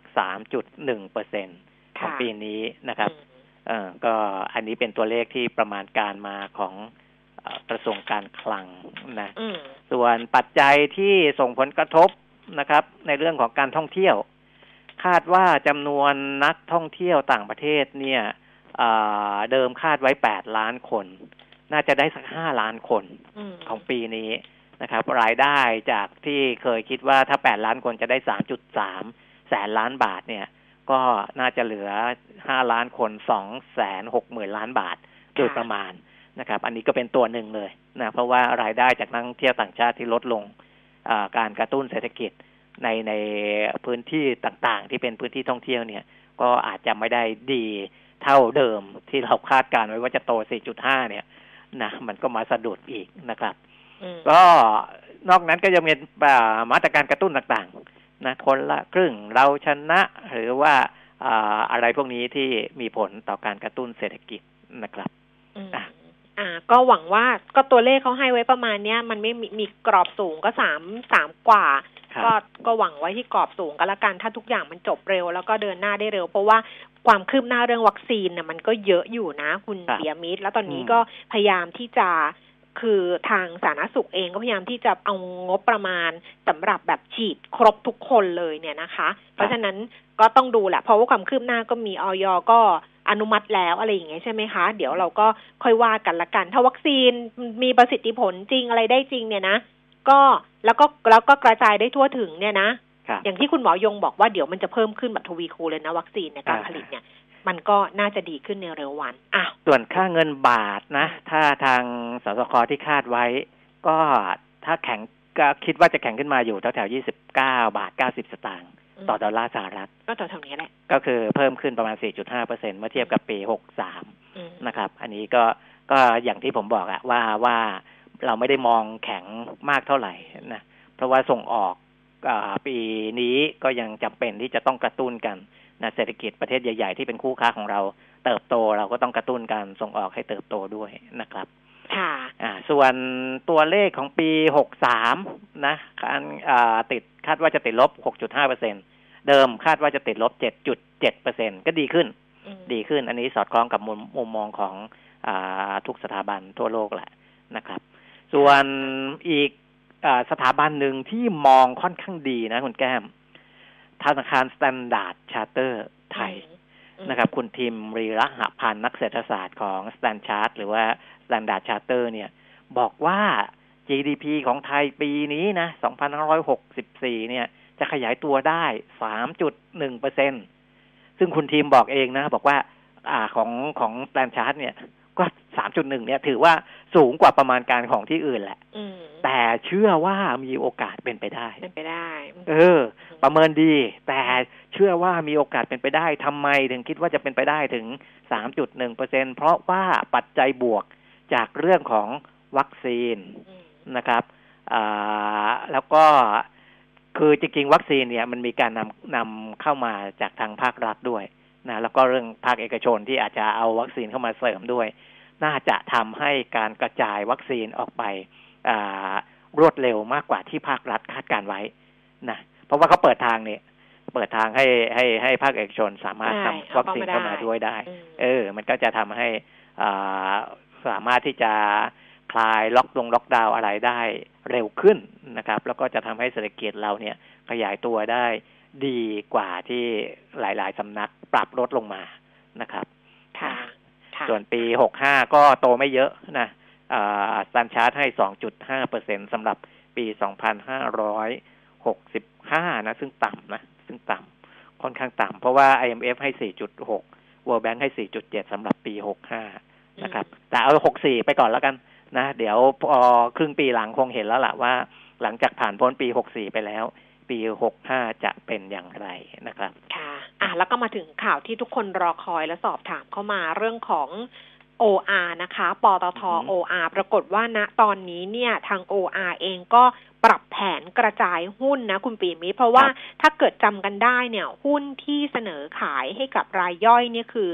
Speaker 4: 3.1% ของปีนี้นะครับก็อันนี้เป็นตัวเลขที่ประมาณการมาของกระทรวงการคลังนะส่วนปัจจัยที่ส่งผลกระทบนะครับในเรื่องของการท่องเที่ยวคาดว่าจำนวนนักท่องเที่ยวต่างประเทศเนี่ยเดิมคาดไว้8ล้านคนน่าจะได้สัก5ล้านคนของปีนี้นะครับรายได้จากที่เคยคิดว่าถ้า8ล้านคนจะได้ 3.3 แสนล้านบาทเนี่ยก็น่าจะเหลือ5ล้านคน 260,000 ล้านบาทโดยประมาณนะครับอันนี้ก็เป็นตัวหนึ่งเลยนะเพราะว่ารายได้จากนักท่องเที่ยวต่างชาติที่ลดลงการกระตุ้นเศรษฐกิจในพื้นที่ต่างๆที่เป็นพื้นที่ท่องเที่ยวเนี่ยก็อาจจะไม่ได้ดีเท่าเดิมที่เราคาดการไว้ว่าจะโต 4.5 เนี่ยนะมันก็มาสะดุดอีกนะครับก็นอกนั้นก็ยังมีมาตรการกระตุ้นต่างๆนะคนละครึ่งเราชนะหรือว่าอะไรพวกนี้ที่มีผลต่อการกระตุ้นเศรษฐกิจนะครับ
Speaker 3: ก็หวังว่าก็ตัวเลขเขาให้ไว้ประมาณเนี้ยมันไม่มีกรอบสูงก็3กว่าก็หวังไว้ที่กรอบสูงก็แล้วกันถ้าทุกอย่างมันจบเร็วแล้วก็เดินหน้าได้เร็วเพราะว่าความคืบหน้าเรื่องวัคซีนเนี่ยมันก็เยอะอยู่นะคุณเปียมิตรแล้วตอนนี้ก็พยายามที่จะคือทางสาธารณสุขเองก็พยายามที่จะเอางบประมาณสำหรับแบบฉีดครบทุกคนเลยเนี่ยนะคะเพราะฉะนั้นก็ต้องดูแหละเพราะว่าความคืบหน้าก็มีอย.ก็อนุมัติแล้วอะไรอย่างเงี้ยใช่ไหมคะเดี๋ยวเราก็ค่อยว่ากันละกันถ้าวัคซีนมีประสิทธิผลจริงอะไรได้จริงเนี่ยนะก็แล้วก็กระจายได้ทั่วถึงเนี่ยนะอย่างที่คุณหมอยงบอกว่าเดี๋ยวมันจะเพิ่มขึ้นแบบทวีคูณเลยนะวัคซีนในการผลิตเนี่ยมันก็น่าจะดีขึ้นในเร็ววัน
Speaker 4: ส่วนค่าเงินบาทนะถ้าทางสสค.ที่คาดไว้ก็ถ้าแข็งก็คิดว่าจะแข็งขึ้นมาอยู่แถวๆ29.90 สตางค์ต่อดอลลาร์สหรัฐ
Speaker 3: ก็แถวๆนี้แหละ
Speaker 4: ก็คือเพิ่มขึ้นประมาณ 4.5% เมื่อเทียบกับปี63นะครับอันนี้ก็อย่างที่ผมบอกว่าเราไม่ได้มองแข็งมากเท่าไหร่นะเพราะว่าส่งออกปีนี้ก็ยังจำเป็นที่จะต้องกระตุ้นกันนะเศรษฐกิจประเทศใหญ่ๆที่เป็นคู่ค้าของเราเติบโตเราก็ต้องกระตุ้นการส่งออกให้เติบโตด้วยนะครับ
Speaker 3: ค่ะ
Speaker 4: ส่วนตัวเลขของปี63นะการคาดว่าจะติดลบ 6.5% เดิมคาดว่าจะติดลบ 7.7% ก็ดีขึ้นอันนี้สอดคล้องกับมุมมองของทุกสถาบันทั่วโลกแหละนะครับส่วนอีกสถาบันหนึ่งที่มองค่อนข้างดีนะคุณแก้มธนาคาร Standard Chartered ไทยนะครับคุณทิมรีระหพันธ์นักเศรษฐศาสตร์ของ Standard หรือว่า Standard Chartered เนี่ยบอกว่า GDP ของไทยปีนี้นะ2564เนี่ยจะขยายตัวได้ 3.1% ซึ่งคุณทิมบอกเองนะบอกว่าของ Standard เนี่ยก็ 3.1 เนี่ยถือว่าสูงกว่าประมาณการของที่อื่นแหละแต่เชื่อว่ามีโอกาสเป็นไปได้ประเมินดีแต่เชื่อว่ามีโอกาสเป็นไปได้ทำไมถึงคิดว่าจะเป็นไปได้ถึง 3.1% เพราะว่าปัจจัยบวกจากเรื่องของวัคซีนนะครับแล้วก็คือจริงๆวัคซีนเนี่ยมันมีการนำเข้ามาจากทางภาครัฐด้วยนะแล้วก็เรื่องภาคเอกชนที่อาจจะเอาวัคซีนเข้ามาเสริมด้วยน่าจะทำให้การกระจายวัคซีนออกไปรวดเร็วมากกว่าที่ภาครัฐคาดการไว้นะเพราะว่าเขาเปิดทางให้ภาคเอกชนสามารถนำวัคซีนเข้ามาด้วยได้มันก็จะทำให้สามารถที่จะคลายล็อกดาวน์อะไรได้เร็วขึ้นนะครับแล้วก็จะทำให้เศรษฐกิจเราเนี่ยขยายตัวได้ดีกว่าที่หลายๆสำนักปรับลดลงมานะครับส่วนปี65ก็โตไม่เยอะนะStandard Chartered ให้ 2.5% สำหรับปี 2565นะซึ่งต่ำค่อนข้างต่ำเพราะว่า IMF ให้ 4.6 World Bank ให้ 4.7 สำหรับปี65นะครับแต่เอา64ไปก่อนแล้วกันนะเดี๋ยวพอครึ่งปีหลังคงเห็นแล้วล่ะว่าหลังจากผ่านพ้นปี64ไปแล้วปี65จะเป็นอย่างไรนะครับ
Speaker 3: ค่ะแล้วก็มาถึงข่าวที่ทุกคนรอคอยและสอบถามเข้ามาเรื่องของ OR นะคะปตท. OR ปรากฏว่าณตอนนี้เนี่ยทาง OR เองก็ปรับแผนกระจายหุ้นนะคุณปีมิตรเพราะว่าถ้าเกิดจำกันได้เนี่ยหุ้นที่เสนอขายให้กับรายย่อยเนี่ยคือ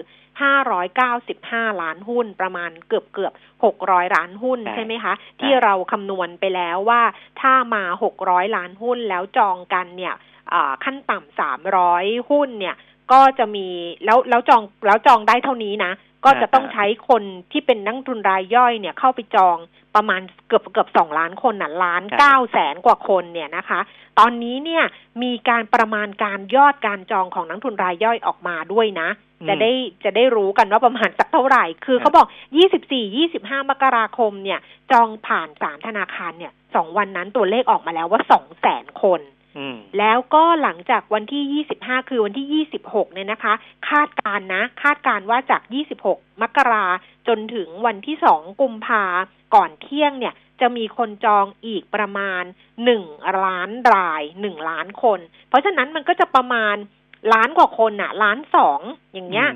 Speaker 3: 595ล้านหุ้นประมาณเกือบ600ล้านหุ้นใช่ไหมคะที่เราคำนวณไปแล้วว่าถ้ามา600ล้านหุ้นแล้วจองกันเนี่ยขั้นต่ำ300หุ้นเนี่ยก็จะมีแล้วจองได้เท่านี้นะก็จะต้องใช้คนที่เป็นนักทุนรายย่อยเนี่ยเข้าไปจองประมาณเกือบ2ล้านคนน่ะ1,900,000 กว่าคนเนี่ยนะคะตอนนี้เนี่ยมีการประมาณการยอดการจองของนักทุนรายย่อยออกมาด้วยนะจะได้รู้กันว่าประมาณสักเท่าไหร่คือเขาบอก 24-25 มกราคมเนี่ยจองผ่าน3ธนาคารเนี่ย2วันนั้นตัวเลขออกมาแล้วว่า 200,000 คนแล้วก็หลังจากวันที่25คือวันที่26เนี่ยนะคะคาดการว่าจาก26มกราจนถึงวันที่2กุมภาก่อนเที่ยงเนี่ยจะมีคนจองอีกประมาณ1ล้านราย1ล้านคนเพราะฉะนั้นมันก็จะประมาณล้านกว่าคนน่ะ1.2 อย่างเงี้ย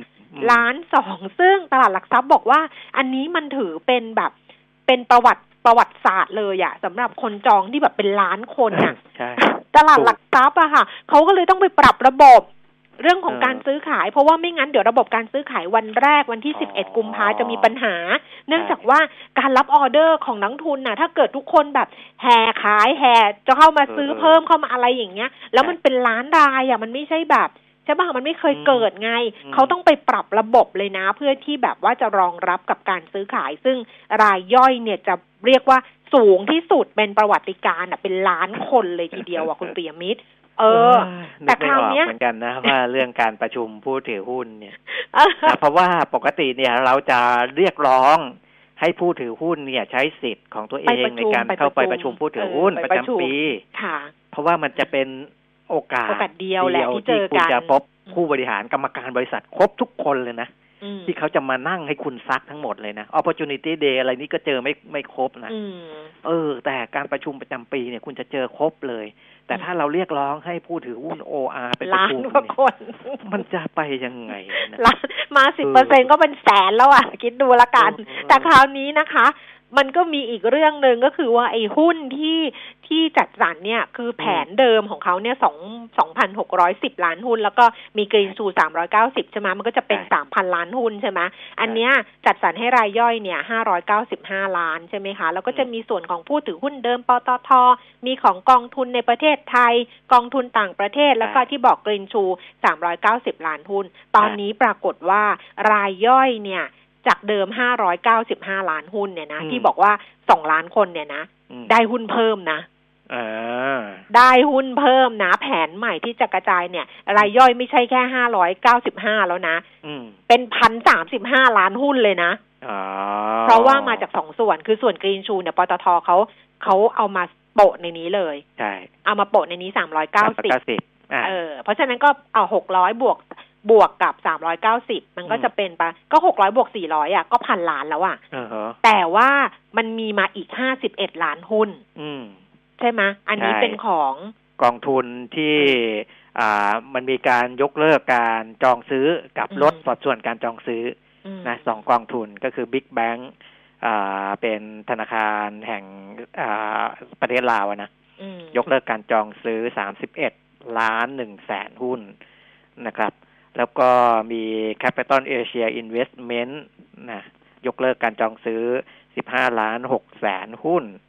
Speaker 3: 1.2 ซึ่งตลาดหลักทรัพย์บอกว่าอันนี้มันถือเป็นแบบเป็นประวัติศาสตร์เลยอะสำหรับคนจองที่แบบเป็นล้านคนอะตลาดหลักทรัพย์อะค่ะเขาก็เลยต้องไปปรับระบบเรื่องของการซื้อขายเพราะว่าไม่งั้นเดี๋ยวระบบการซื้อขายวันแรกวันที่11กุมภาจะมีปัญหาเนื่องจากว่าการรับออเดอร์ของนักทุนน่ะถ้าเกิดทุกคนแบบแห่ขายแห่จะเข้ามาซื้อเพิ่มเข้ามาอะไรอย่างเงี้ยแล้วมันเป็นล้านรายอะมันไม่ใช่แบบใช่ป่ะมันไม่เคยเกิดไงเขาต้องไปปรับระบบเลยนะเพื่อที่แบบว่าจะรองรับกับการซื้อขายซึ่งรายย่อยเนี่ยจะเรียกว่าสูงที่สุดเป็นประวัติการณ์เป็นล้านคนเลยทีเดียวคุณปิยมิตรแต่คราวนี้
Speaker 4: เหมือนกันนะว่าเรื่องการประชุมผู้ถือหุ้นเนี่ยเพราะว่าปกติเนี่ยเราจะเรียกร้องให้ผู้ถือหุ้นเนี่ยใช้สิทธิ์ของตัวเองในการเข้าไปประชุมผู้ถือหุ้นประจำปีเพราะว่ามันจะเป็นโอกาส
Speaker 3: เดียวแหละที่เจอกัน
Speaker 4: คุณจะพบผู้บริหารกรรมการบริษัทครบทุกคนเลยนะที่เขาจะมานั่งให้คุณซักทั้งหมดเลยนะ Opportunity Day อะไรนี้ก็เจอไม่ครบนะแต่การประชุมประจำปีเนี่ยคุณจะเจอครบเลยแต่ถ้าเราเรียกร้องให้ผู้ถือหุ้น OR ไปประชุมมันจะไปยังไงนะ
Speaker 3: มา 10% ก็เป็นแสนแล้วอ่ะคิดดูละกันแต่คราวนี้นะคะมันก็มีอีกเรื่องนึงก็คือว่าไอ้หุ้นที่จัดสรรเนี่ยคือแผนเดิมของเขาเนี่ย2,610 ล้านหุ้นแล้วก็มีกรีนชู390ใช่ไหมมันก็จะเป็น 3,000 ล้านหุ้นใช่ไหมอันเนี้ยจัดสรรให้รายย่อยเนี่ย595ล้านใช่ไหมคะแล้วก็จะมีส่วนของผู้ถือหุ้นเดิมปตท.มีของกองทุนในประเทศไทยกองทุนต่างประเทศแล้วก็ที่บอกกรีนชู390ล้านหุ้นตอนนี้ปรากฏว่ารายย่อยเนี่ยจากเดิม595ล้านหุ้นเนี่ยนะที่บอกว่า2ล้านคนเนี่ยนะได้หุ้นเพิ่มนะได้หุ้นเพิ่มนะแผนใหม่ที่จะกระจายเนี่ยรายย่อยไม่ใช่แค่595แล้วนะเป็น1,035ล้านหุ้นเลยนะเพราะว่ามาจาก2ส่วนคือส่วนกรีนชูเนี่ยปตทเขาเอามาโปะในนี้เลย
Speaker 4: ใช่
Speaker 3: เอามาโปะในนี้390เพราะฉะนั้นก็เอา600บวกกับ390มันก็จะเป็นปะก็600บวก400อ่ะก็1,000 ล้านแล้วอ่ะแต่ว่ามันมีมาอีก51ล้านหุ้นใช่ไหมอันนี้เป็นของ
Speaker 4: กองทุนที่มันมีการยกเลิกการจองซื้อกับลดสัดส่วนการจองซื้อนะ2กองทุนก็คือ Big Bank เป็นธนาคารแห่งประเทศลาวนะยกเลิกการจองซื้อ31.1 ล้านหุ้นนะครับแล้วก็มี Capital Asia Investment นะยกเลิกการจองซื้อ15.6 ล้านหุ้น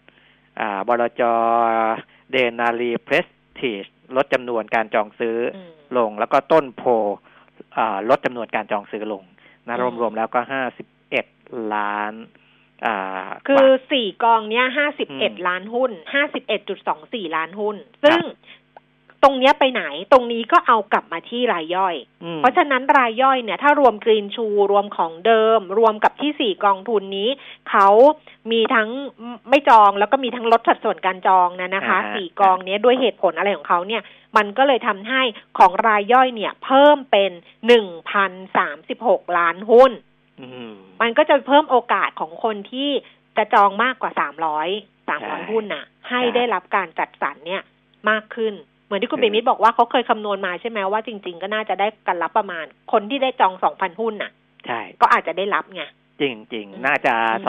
Speaker 4: บลจ.เดนารีเพรสทีจลดจำนวนการจองซื้อลงแล้วก็ต้นโพลดจำนวนการจองซื้อลงนะรวมๆแล้วก็51 ล้าน
Speaker 3: คือ4กองเนี้ย51 ล้านหุ้น 51.24 ล้านหุ้นซึ่งตรงเนี้ยไปไหนตรงนี้ก็เอากลับมาที่รายย่อยเพราะฉะนั้นรายย่อยเนี่ยถ้ารวมกรีนชูรวมของเดิมรวมกับที่4กองทุนนี้เขามีทั้งไม่จองแล้วก็มีทั้งลดสัดส่วนการจองนะคะ4กองนี้ด้วยเหตุผลอะไรของเขาเนี่ยมันก็เลยทำให้ของรายย่อยเนี่ยเพิ่มเป็น 1,036 ล้านหุ้นมันก็จะเพิ่มโอกาสของคนที่จะจองมากกว่า300หุ้นน่ะให้ได้รับการจัดสรรเนี่ยมากขึ้นเหมือนที่คุณเบมิตบอกว่าเขาเคยคำนวณมาใช่ไหมว่าจริงๆก็น่าจะได้กันรับประมาณคนที่ได้จอง 2,000 หุ้นน่ะ
Speaker 4: ใช่
Speaker 3: ก็อาจจะได้รับไง
Speaker 4: จริงๆน่าจะ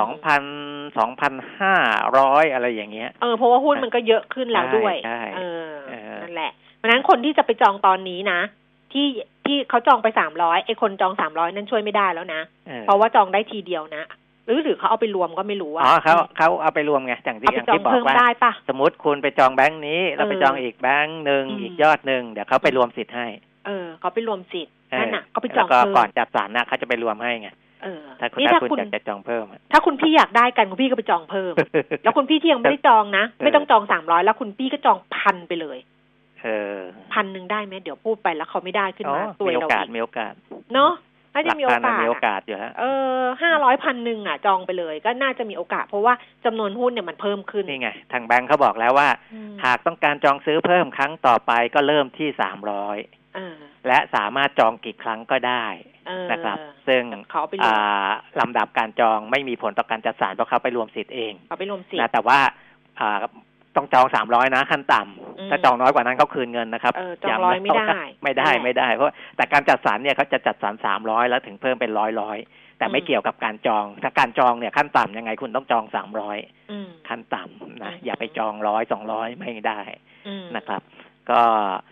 Speaker 4: 2,500 อะไรอย่างเงี้ย
Speaker 3: เพราะว่าหุ้นมันก็เยอะขึ้นแล้วด้วยนั่นแหละเพราะฉะนั้นคนที่จะไปจองตอนนี้นะที่เขาจองไป300ไอ้คนจอง300นั่นช่วยไม่ได้แล้วนะเพราะว่าจองได้ทีเดียวนะหรือเขาเอาไปรวมก็ไม่รู้ว่า
Speaker 4: เขาเอาไปรวมไงอย่างที่บอกว่าสมมติคุณไปจองแบงค์นี้แล้วไปจองอีกแบงค์นึงอีกยอดนึงเดี๋ยวเขาไปรวมสิทธิ์ให้
Speaker 3: เขาไปรวมสิทธิ์นั่นน่ะเขาไปจอง
Speaker 4: เพิ่มก่อนจัดสรรน่ะเขาจะไปรวมให้ไงถ้าคุณอยากจะจองเพิ่ม
Speaker 3: ถ้าคุณพี่อยากได้กันคุณพี่ก็ไปจองเพิ่มแล้วคุณพี่ที่ยังไม่ได้จองนะไม่ต้องจอง300แล้วคุณพี่ก็จอง1,000ไปเลย1,000ได้ไหมเดี๋ยวพูดไปแล้วเขาไม่ได้ขึ้นมาตัวเราอีก
Speaker 4: มีโอกาส
Speaker 3: เนาะน่าจะมีโอกาส
Speaker 4: อยู่ฮะ
Speaker 3: 500,000จองไปเลยก็น่าจะมีโอกาสเพราะว่าจำนวนหุ้นเนี่ยมันเพิ่มขึ้น
Speaker 4: นี่ไงทางแบงค์เขาบอกแล้วว่าหากต้องการจองซื้อเพิ่มครั้งต่อไปก็เริ่มที่300และสามารถจองกี่ครั้งก็ได้นะครับซึ่งลำดับการจองไม่มีผลต่อการจัดสรรเพราะเขาไปรวมสิทธิ์เอง
Speaker 3: เขาไปรวมสิทธิ์
Speaker 4: นะแต่ว่าต้องจอง300นะขั้นต่ำถ้าจองน้อยกว่านั้นเขาคืนเงินนะครับ
Speaker 3: จอง100ไม่
Speaker 4: ได้เพราะแต่การจัดสรรเนี่ยเขาจะจัดสรร300แล้วถึงเพิ่มเป็น100แต่ไม่เกี่ยวกับการจองถ้าการจองเนี่ยขั้นต่ำยังไงคุณต้องจอง300ขั้นต่ำนะอย่าไปจอง100 200ไม่ได้นะครับก็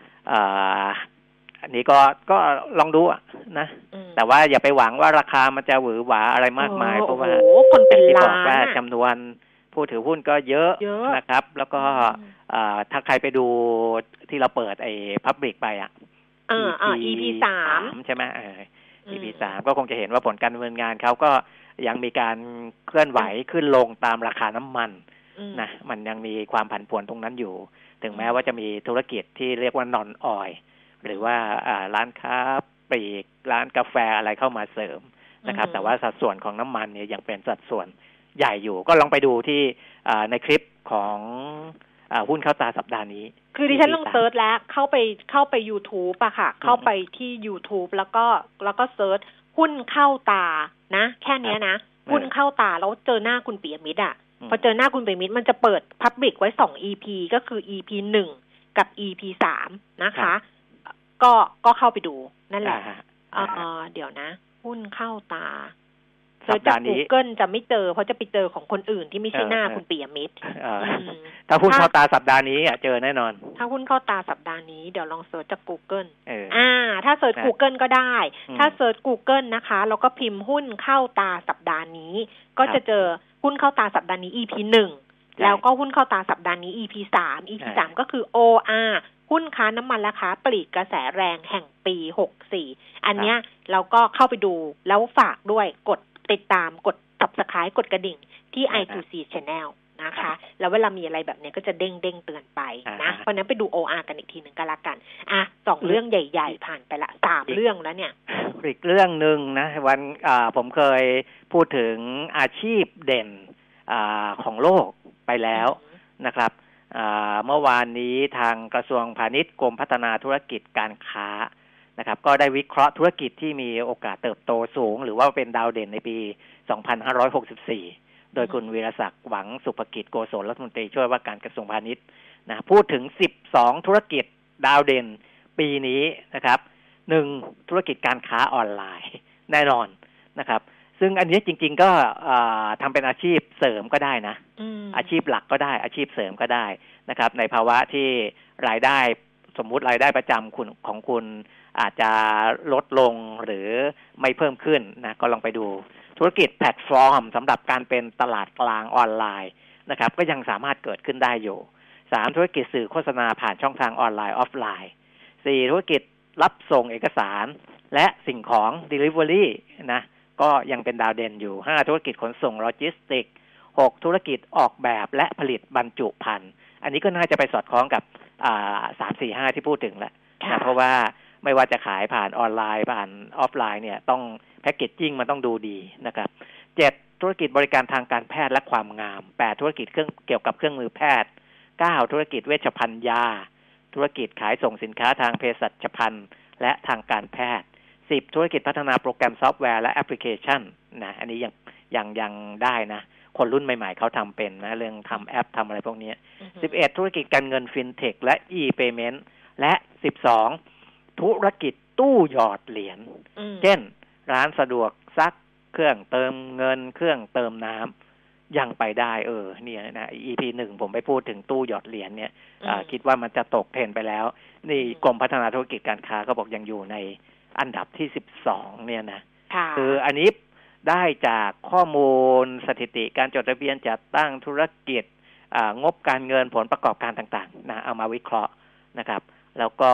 Speaker 4: อันนี้ก็ลองดูนะแต่ว่าอย่าไปหวังว่าราคามันจะหวือหวาอะไรมากมายเพราะว่า
Speaker 3: คนเป็นล้าน
Speaker 4: จำนวนผู้ถือหุ้นก็เยอะนะครับแล้วก็ถ้าใครไปดูที่เราเปิดไอ้ Public ไป
Speaker 3: EP 3
Speaker 4: ใช่ไหมEP 3ก็คงจะเห็นว่าผลการดำเนินงานเขาก็ยังมีการเคลื่อนไหวขึ้นลงตามราคาน้ำมันนะมันยังมีความผันผวนตรงนั้นอยู่ถึงแม้ว่าจะมีธุรกิจที่เรียกว่านอนออยหรือว่าร้านค้าปลีกร้านกาแฟอะไรเข้ามาเสริมนะครับแต่ว่าสัดส่วนของน้ำมันเนี่ยยังเป็นสัดส่วนใหญ่อยู่ก็ลองไปดูที่ในคลิปของหุ้นเข้าตาสัปดาห์นี้
Speaker 3: คือดิฉันลองเซิร์ชแล้วเข้าไป YouTube อะค่ะเข้าไปที่ YouTube แล้วก็เซิร์ชหุ้นเข้าตานะแค่นี้นะหุ้นเข้าตาแล้วเจอหน้าคุณปิยมิตรอะพอเจอหน้าคุณปิยมิตรมันจะเปิด Public ไว้2 EP ก็คือ EP 1กับ EP 3นะคะก็เข้าไปดูนั่นแหละเดี๋ยวนะหุ้นเข้าตาเซิร์ชจาก Google จะไม่เจอเพราะจะไปเจอของคนอื่นที่ไม่ใช่หน้าคุณปิยมิตร
Speaker 4: ถ้าหุ้นเข้าตาสัปดาห์นี้เจอแน่นอน
Speaker 3: ถ้าหุ้นเข้าตาสัปดาห์นี้เดี๋ยวลองเซิร์ชจาก Google ถ้าเซิร์ช Google ก็ได้ถ้าเซิร์ช Google นะคะแล้วก็พิมพ์หุ้นเข้าตาสัปดาห์นี้ก็จะเจอหุ้นเข้าตาสัปดาห์นี้ EP 1แล้วก็หุ้นเข้าตาสัปดาห์นี้ EP 3 EP 3ก็คือ OR หุ้นค้าน้ำมันราคาปลีกกระแสแรงแห่งปี64อันเนี้ยเราก็เข้าไปดูแล้วฝากด้วยกดติดตามกด Subscribe กดกระดิ่งที่ i2c Channel นะคะแล้วเวลามีอะไรแบบนี้ก็จะเด้งเตือนไปนะเพราะนั้นไปดู OR กันอีกทีนึงก็แล้วกัน2เรื่องใหญ่ๆผ่านไปละ3เรื่องแล้วเนี่ย
Speaker 4: อีกเรื่องนึงนะวันผมเคยพูดถึงอาชีพเด่นของโลกไปแล้วนะครับเมื่อวานนี้ทางกระทรวงพาณิชย์กรมพัฒนาธุรกิจการค้านะครับก็ได้วิเคราะห์ธุรกิจที่มีโอกาสเติบโตสูงหรือว่าเป็นดาวเด่นในปี 2564 โดยคุณวีรศักดิ์หวังสุภกิจโกศลรัฐมนตรีช่วยว่าการกระทรวงพาณิชย์นะพูดถึง12ธุรกิจดาวเด่นปีนี้นะครับ1ธุรกิจการค้าออนไลน์แน่นอนนะครับซึ่งอันนี้จริงๆก็ทำเป็นอาชีพเสริมก็ได้นะอาชีพหลักก็ได้อาชีพเสริมก็ได้นะครับในภาวะที่รายได้สมมุติรายได้ประจำของคุณอาจจะลดลงหรือไม่เพิ่มขึ้นนะก็ลองไปดูธุรกิจแพลตฟอร์มสำหรับการเป็นตลาดกลางออนไลน์นะครับก็ยังสามารถเกิดขึ้นได้อยู่3ธุรกิจสื่อโฆษณาผ่านช่องทางออนไลน์ออฟไลน์4ธุรกิจรับส่งเอกสารและสิ่งของ delivery นะก็ยังเป็นดาวเด่นอยู่5ธุรกิจขนส่งโลจิสติกส์6ธุรกิจออกแบบและผลิตบรรจุภัณฑ์อันนี้ก็น่าจะไปสอดคล้องกับ3 4 5ที่พูดถึงแหละนะเพราะว่าไม่ว่าจะขายผ่านออนไลน์ผ่านออฟไลน์เนี่ยต้องแพ็คเกจจิ้งมันต้องดูดีนะครับ7ธุรกิจบริการทางการแพทย์และความงาม8ธุรกิจเกี่ยวกับเครื่องมือแพทย์9ธุรกิจเวชภัณฑ์ยาธุรกิจขายส่งสินค้าทางเภสัชภัณฑ์และทางการแพทย์10ธุรกิจพัฒนาโปรแกรมซอฟต์แวร์และแอปพลิเคชันนะอันนี้ยังได้นะคนรุ่นใหม่ๆเขาทำเป็นนะเรื่องทำแอปทำอะไรพวกนี้11ธุรกิจการเงินฟินเทคและ e-payment และ12ธุรกิจตู้หยอดเหรียญเช่นร้านสะดวกซักเครื่องเติมเงินเครื่องเติมน้ำยังไปได้เนี่ยนะ EP 1ผมไปพูดถึงตู้หยอดเหรียญเนี่ยคิดว่ามันจะตกเทรนด์ไปแล้วนี่กรมพัฒนาธุรกิจการค้าก็บอกยังอยู่ในอันดับที่12เนี่ยนะคืออันนี้ได้จากข้อมูลสถิติการจดทะเบียนจัดตั้งธุรกิจงบการเงินผลประกอบการต่างๆนะเอามาวิเคราะห์นะครับแล้วก็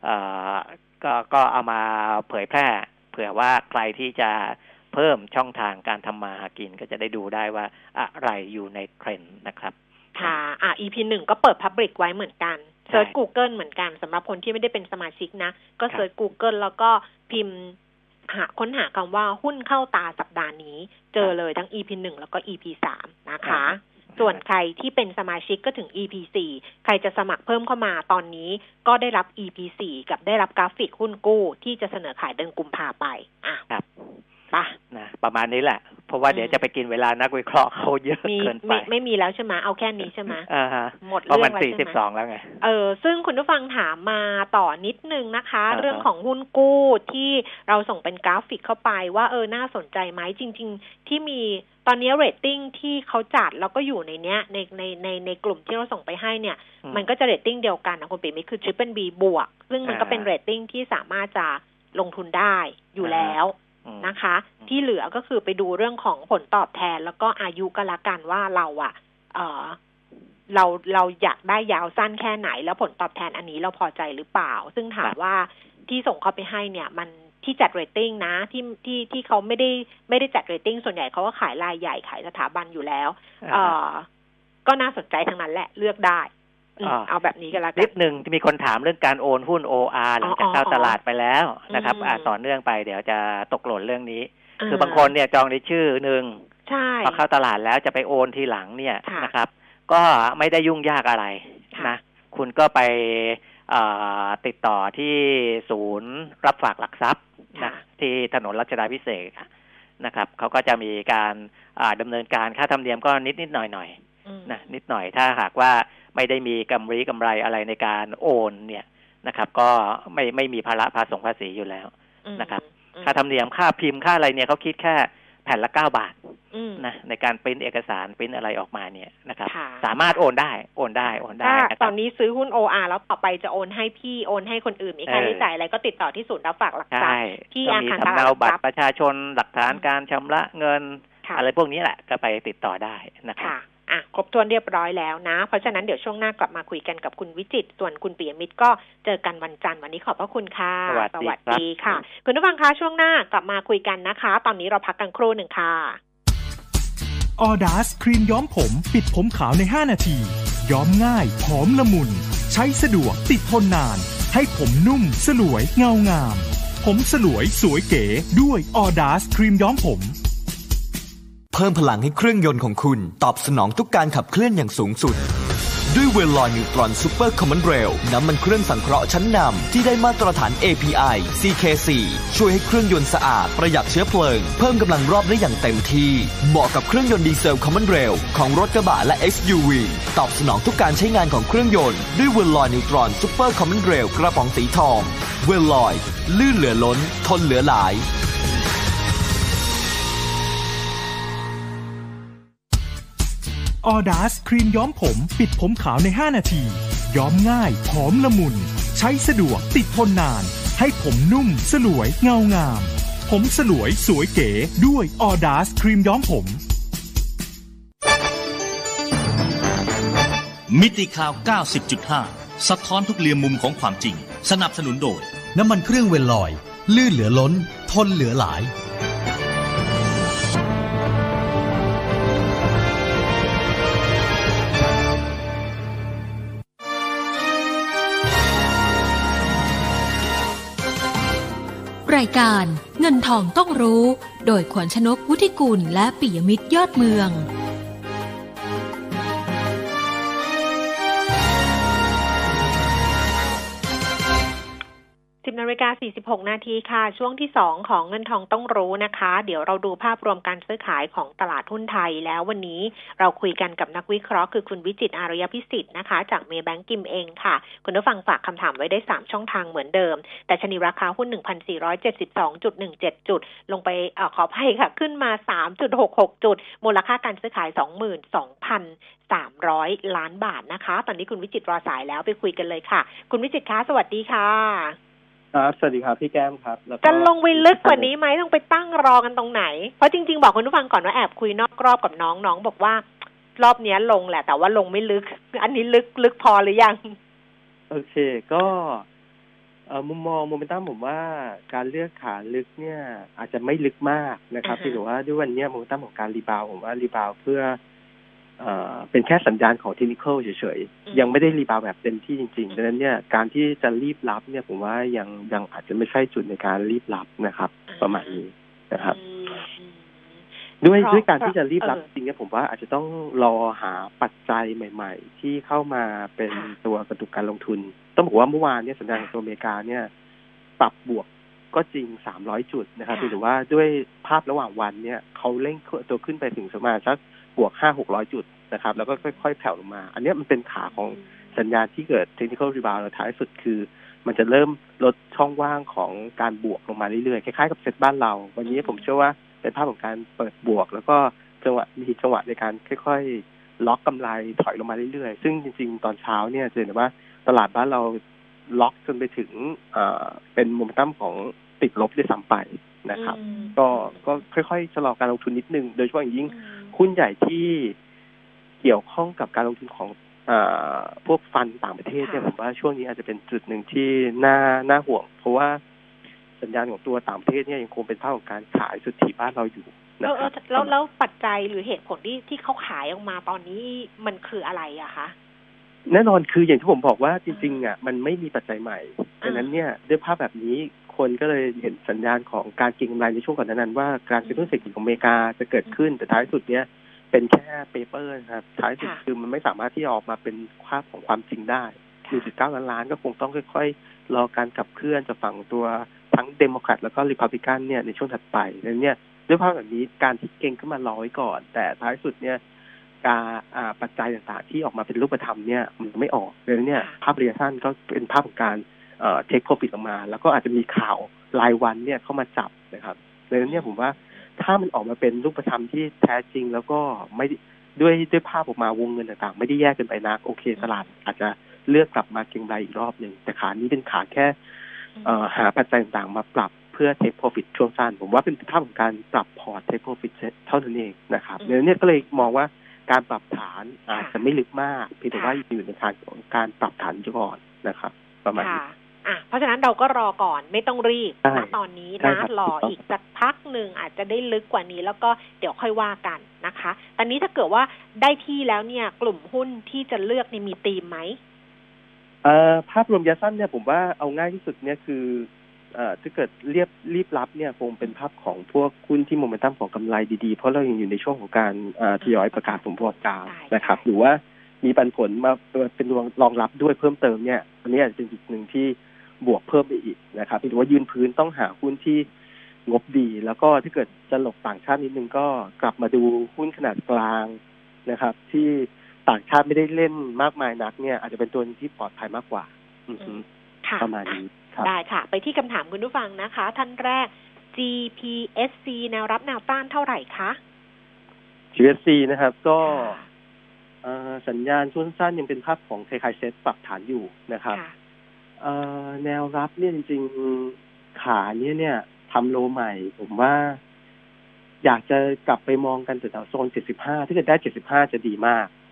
Speaker 4: เอามาเผยแพร่เผื่อว่าใครที่จะเพิ่มช่องทางการทำมาหากินก็จะได้ดูได้ว่าอะไรอยู่ในเทรนด์นะครับ
Speaker 3: ค่ะEP 1ก็เปิด Public ไว้เหมือนกันเซิร์ช Google เหมือนกันสำหรับคนที่ไม่ได้เป็นสมาชิกนะก็เซิร์ช Google แล้วก็พิมพ์ค้นหาคำว่าหุ้นเข้าตาสัปดาห์นี้เจอเลยทั้ง EP 1แล้วก็ EP 3นะคะส่วนใครที่เป็นสมาชิกก็ถึง EP 4ใครจะสมัครเพิ่มเข้ามาตอนนี้ก็ได้รับ EP 4กับได้รับกราฟิกหุ้นกู้ที่จะเสนอขายเดือนกุมภาพันธ์ไป
Speaker 4: ครับนะประมาณนี้แหละเพราะว่าเดี๋ยวจะไปกินเวลานักวิเคราะห์เขาเยอะเกินไป
Speaker 3: ไม่มีแล้วใช่ไหมเอาแค่นี้ใช่ไหมหมด
Speaker 4: เรื่องแล้วใช่ไหม42แล้วไง
Speaker 3: ซึ่งคุณผู้ฟังถามมาต่อนิดนึงนะคะเรื่องของหุ้นกู้ที่เราส่งเป็นกราฟิกเข้าไปว่าน่าสนใจไหมจริงๆที่มีตอนนี้เรตติ้งที่เขาจัดแล้วก็อยู่ในเนี้ยในกลุ่มที่เราส่งไปให้เนี่ยมันก็จะเรตติ้งเดียวกันนะคุณปิ่มคือ Triple B บวกซึ่งมันก็เป็นเรตติ้งที่สามารถจะลงทุนได้อยู่แล้วนะคะที่เหลือก็คือไปดูเรื่องของผลตอบแทนแล้วก็อายุก็แล้วกันว่าเราเราอยากได้ยาวสั้นแค่ไหนแล้วผลตอบแทนอันนี้เราพอใจหรือเปล่าซึ่งถามว่าที่ส่งเข้าไปให้เนี่ยมันที่จัดเรตติ้งนะที่เขาไม่ได้จัดเรตติ้งส่วนใหญ่เขาก็ขายรายใหญ่ขายสถาบันอยู่แล้วก็น่าสนใจทั้งนั้นแหละเลือกได้เอาแบบนี้กันละกัน
Speaker 4: นิดนึงที่มีคนถามเรื่องการโอนหุ้น OR หลังจากเข้าตลาดไปแล้วนะครับต่อเนื่องไปเดี๋ยวจะตกหล่นเรื่องนี้คือบางคนเนี่ยจองในชื่อนึงพอเข้าตลาดแล้วจะไปโอนทีหลังเนี่ยนะครับก็ไม่ได้ยุ่งยากอะไรนะคุณก็ไปติดต่อที่ศูนย์รับฝากหลักทรัพย์นะที่ถนนรัชดาภิเษกนะครับเขาก็จะมีการดำเนินการค่าธรรมเนียมก็นิดหน่อยนะนิดหน่อยถ้าหากว่าไม่ได้มีกำไรอะไรในการโอนเนี่ยนะครับก็ไม่มีภาระภาษีอยู่แล้วนะครับค่าธรรมเนียมค่าพิมพ์ค่าอะไรเนี่ยเขาคิดแค่แผ่นละ9 บาทนะในการปริ้นเอกสารปริ้นอะไรออกมาเนี่ยนะครับสามารถโอนได้
Speaker 3: ตอนนี้ซื้อหุ้น OR แล้วต่อไปจะโอนให้พี่โอนให้คนอื่นมีค่าใช้จ่ายอะไรก็ติดต่อที่ศูนย์รับฝากหลักทรัพย์ที่อาคารตลาดหลักทรัพย์
Speaker 4: มีสำเนาบัตรประชาชนหลักฐานการชำระเงินอะไรพวกนี้แหละก็ไปติดต่อได้นะครับ
Speaker 3: ครบถ้วนเรียบร้อยแล้วนะเพราะฉะนั้นเดี๋ยวช่วงหน้ากลับมาคุยกันกับคุณวิจิตรส่วนคุณปิยมิตรก็เจอกันวันจันทร์วันนี้ขอบพระคุณค่ะ
Speaker 4: สวัสดี
Speaker 3: ค่ะคุณผู้ฟังคะช่วงหน้ากลับมาคุยกันนะคะตอนนี้เราพักกันครู่หนึ่งค่ะ
Speaker 5: ออดัสครีมย้อมผมปิดผมขาวใน5 นาทีย้อมง่ายหอมละมุนใช้สะดวกติดทนนานให้ผมนุ่มสลวยเงางามผมสลวยสวยเก๋ด้วยออดัสครีมย้อมผมเพิ่มพลังให้เครื่องยนต์ของคุณตอบสนองทุกการขับเคลื่อนอย่างสูงสุดด้วยเวลลอยนิวตรอนซูเปอร์คอมมอนเรลน้ำมันเครื่องสังเคราะห์ชั้นนำที่ได้มาตรฐาน API CK4 ช่วยให้เครื่องยนต์สะอาดประหยัดเชื้อเพลิงเพิ่มกำลังรอบได้อย่างเต็มที่เหมาะกับเครื่องยนต์ดีเซลคอมมอนเรลของรถกระบะและ SUV ตอบสนองทุกการใช้งานของเครื่องยนต์ด้วยเวลลอยนิวตรอนซูเปอร์คอมมอนเรลกระป๋องสีทองเวลลอยลื่นเหลือล้นทนเหลือหลายออดัสครีมย้อมผมปิดผมขาวใน5 นาทีย้อมง่ายหอมละมุนใช้สะดวกติดทนนานให้ผมนุ่มสลวยเงางามผมสลวยสวยเก๋ด้วยออดัสครีมย้อมผม
Speaker 6: มิติข่าว 90.5 สะท้อนทุกเหลี่ยมมุมของความจริงสนับสนุนโดย
Speaker 7: น้ำมันเครื่องเวลลอยลื่นเหลือล้นทนเหลือหลาย
Speaker 2: รายการเงินทองต้องรู้โดยขวัญชนกวุฒิกุลและปิยมิตรยอดเมือง
Speaker 3: 10:46 นาทีค่ะช่วงที่2ของเงินทองต้องรู้นะคะเดี๋ยวเราดูภาพรวมการซื้อขายของตลาดหุ้นไทยแล้ววันนี้เราคุยกันกับนักวิเคราะห์คือคุณวิจิตรอารยพิสิทธิ์นะคะจากเมย์แบงก์กิมเองค่ะคุณผู้ฟังฝากคำถามไว้ได้3ช่องทางเหมือนเดิมแต่ชนีราคาหุ้น 1,472.17 จุดลงไปขออภัยค่ะขึ้นมา 3.66 จุดมูลค่าการซื้อขาย 22,300 ล้านบาทนะคะตอนนี้คุณวิจิตรรอสายแล้วไปคุยกันเลยค่ะคุณวิจิตรคะสวัสดีค่ะ
Speaker 8: ครับสวัสดีครับพี่แก้มครับ
Speaker 3: จะลงไปลึกกว่านี้ไหมต้องไปตั้งรอกันตรงไหนเพราะจริงๆบอกคุณผู้ฟังก่อนว่าแอบคุยนอกรอบกับน้องบอกว่ารอบนี้ลงแหละแต่ว่าลงไม่ลึกอันนี้ลึกพอหรือยัง
Speaker 8: โอเคก็มุมมองโมเมนตัมผมว่าการเลือกขาลึกเนี่ยอาจจะไม่ลึกมากนะครับพี่ถือว่าด้วยวันนี้โมเมนตัมของการรีบาวผมว่ารีบาวเพื่อเป็นแค่สัญญาณของเทคนิคเฉยๆยังไม่ได้รีบาวแบบเต็มที่จริงๆดังนั้นเนี่ยการที่จะรีบรับเนี่ยผมว่ายังอาจจะไม่ใช่จุดในการรีบรับนะครับประมาณนี้นะครับด้วยการที่จะรีบรับจริงเนี่ยผมว่าอาจจะต้องรอหาปัจจัยใหม่ๆที่เข้ามาเป็นตัวกระตุ้นการลงทุนต้องบอกว่าเมื่อวานเนี่ยสัญญาณของตัวอเมริกาเนี่ยปรับบวกก็จริง300จุดนะครับหรือว่าด้วยภาพระหว่างวันเนี่ยเขาเร่งตัวขึ้นไปถึงประมาณสักบวก 500-600 จุดนะครับแล้วก็ค่อยๆแผ่วลงมาอันนี้มันเป็นขาของสัญญาณที่เกิด technical rebound แล้วท้ายสุดคือมันจะเริ่มลดช่องว่างของการบวกลงมาเรื่อยๆคล้ายๆกับเซ็ตบ้านเราวันนี้ผมเชื่อว่าเป็นภาพของการเปิดบวกแล้วก็มีจังหวะในการค่อยๆล็อกกำไรถอยลงมาเรื่อยๆซึ่งจริงๆตอนเช้าเนี่ยจะเห็นว่าตลาดบ้านเราล็อกจนไปถึงเป็นโมเมนตัมของติดลบด้วยซ้ำไปนะครับก็ค่อยๆชะลอการลงทุนนิดนึงโดยเฉพาะอย่างยิ่งหุ้นใหญ่ที่เกี่ยวข้องกับการลงทุนของพวกฟันต่างประเทศเนี่ยผมว่าช่วงนี้อาจจะเป็นจุดหนึ่งที่น่าห่วงเพราะว่าสัญญาณของตัวต่างประเทศเนี่ยยังคงเป็นภาพของการขายสุทธิบ้านเราอยู่นะครับ
Speaker 3: แล้วปัจจัยหรือเหตุผลที่เขาขายออกมาตอนนี้มันคืออะไรอะคะ
Speaker 8: แน่นอนคืออย่างที่ผมบอกว่าจริงๆอ่ะมันไม่มีปัจจัยใหม่ดังนั้นเนี่ยด้วยภาพแบบนี้คนก็เลยเห็นสัญญาณของการเก็งกำไรในช่วงก่อนนั้นว่าการกระตุ้นเศรษฐกิจของอเมริกาจะเกิดขึ้นแต่ท้ายสุดเนี้ยเป็นแค่เปเปอร์ครับท้ายสุดคือมันไม่สามารถที่ออกมาเป็นภาพของความจริงได้ 1.9 ล้านก็คงต้องค่อยๆรอการขับเคลื่อนจากฝั่งตัวทั้งเดโมแครตแล้วก็รีพับลิกันเนี่ยในช่วงถัดไปดังนั้นเนี่ยด้วยภาพแบบนี้การที่เก็งขึ้นมารอไว้ก่อนแต่ท้ายสุดเนี่ยการปัจจัยต่างๆที่ออกมาเป็นรูปธรรมเนี่ยมันไม่ออกดังนั้นเนี่ยภาพระยะสั้นก็เป็นภาพของการเทคโปรฟิตออกมาแล้วก็อาจจะมีข่าวรายวันเนี่ยเข้ามาจับนะครับดังนั้นเนี่ยผมว่าถ้ามันออกมาเป็นรูปธรรมที่แท้จริงแล้วก็ไม่ด้วยภาพออกมาวงเงินต่างๆไม่ได้แยกกันไปนักโอเคตลาดอาจจะเลือกกลับมาเก็งกำไรอีกรอบนึงแต่ขานี้เป็นขาแค่หาปัจจัยต่างๆมาปรับเพื่อเทคโปรฟิตช่วงสั้นผมว่าเป็นภาพของการปรับพอร์ตเทคโปรฟิตเท่านั้นเองนะครับเนี่ยก็เลยมองว่าการปรับฐานอาจจะไม่ลึกมากเพียงแต่ว่าอยู่ในทางของการปรับฐานก่อนนะครับประมาณนี้
Speaker 3: เพราะฉะนั้นเราก็รอก่อนไม่ต้องรีบณตอนนี้นะรออีกสักพักหนึ่งอาจจะได้ลึกกว่านี้แล้วก็เดี๋ยวค่อยว่ากันนะคะตอนนี้ถ้าเกิดว่าได้ที่แล้วเนี่ยกลุ่มหุ้นที่จะเลือกนี่มีธีมไหม
Speaker 8: ภาพรวมระยะสั้นเนี่ยผมว่าเอาง่ายที่สุดเนี่ยคือถ้าเกิดรีบรับเนี่ยคงเป็นภาพของพวกหุ้นที่โมเมนตัมของกำไรดีๆเพราะเรายังอยู่ในช่วงของการทยอยประกาศผลประกอบการนะครับหรือว่ามีปันผลมาเป็นรองรับด้วยเพิ่มเติมเนี่ยอันนี้อาจจะเป็นจุดหนึ่งที่บวกเพิ่มไปอีกนะครับหรือว่ายืนพื้นต้องหาหุ้นที่งบดีแล้วก็ถ้าเกิดจะหลบต่างชาตินิดนึงก็กลับมาดูหุ้นขนาดกลางนะครับที่ต่างชาติไม่ได้เล่นมากมายนักเนี่ยอาจจะเป็นตัวที่ปลอดภัยมากกว่าประมาณนี้
Speaker 3: ได้ค่ะไปที่คำถามคุณผู้ฟังนะคะท่านแรก GPSC แนวรับแนวต้านเท่าไหร่คะ
Speaker 8: GPSC นะครับก็สัญญาณช่วงสั้นยังเป็นภาพของคล้ายๆเซตปรับฐานอยู่นะครับแนวรับเนี่ยจริงๆขาเนี่ยทำโลใหม่ผมว่าอยากจะกลับไปมองกันแถวโซน75ถ้าเกิดได้75จะดีมาก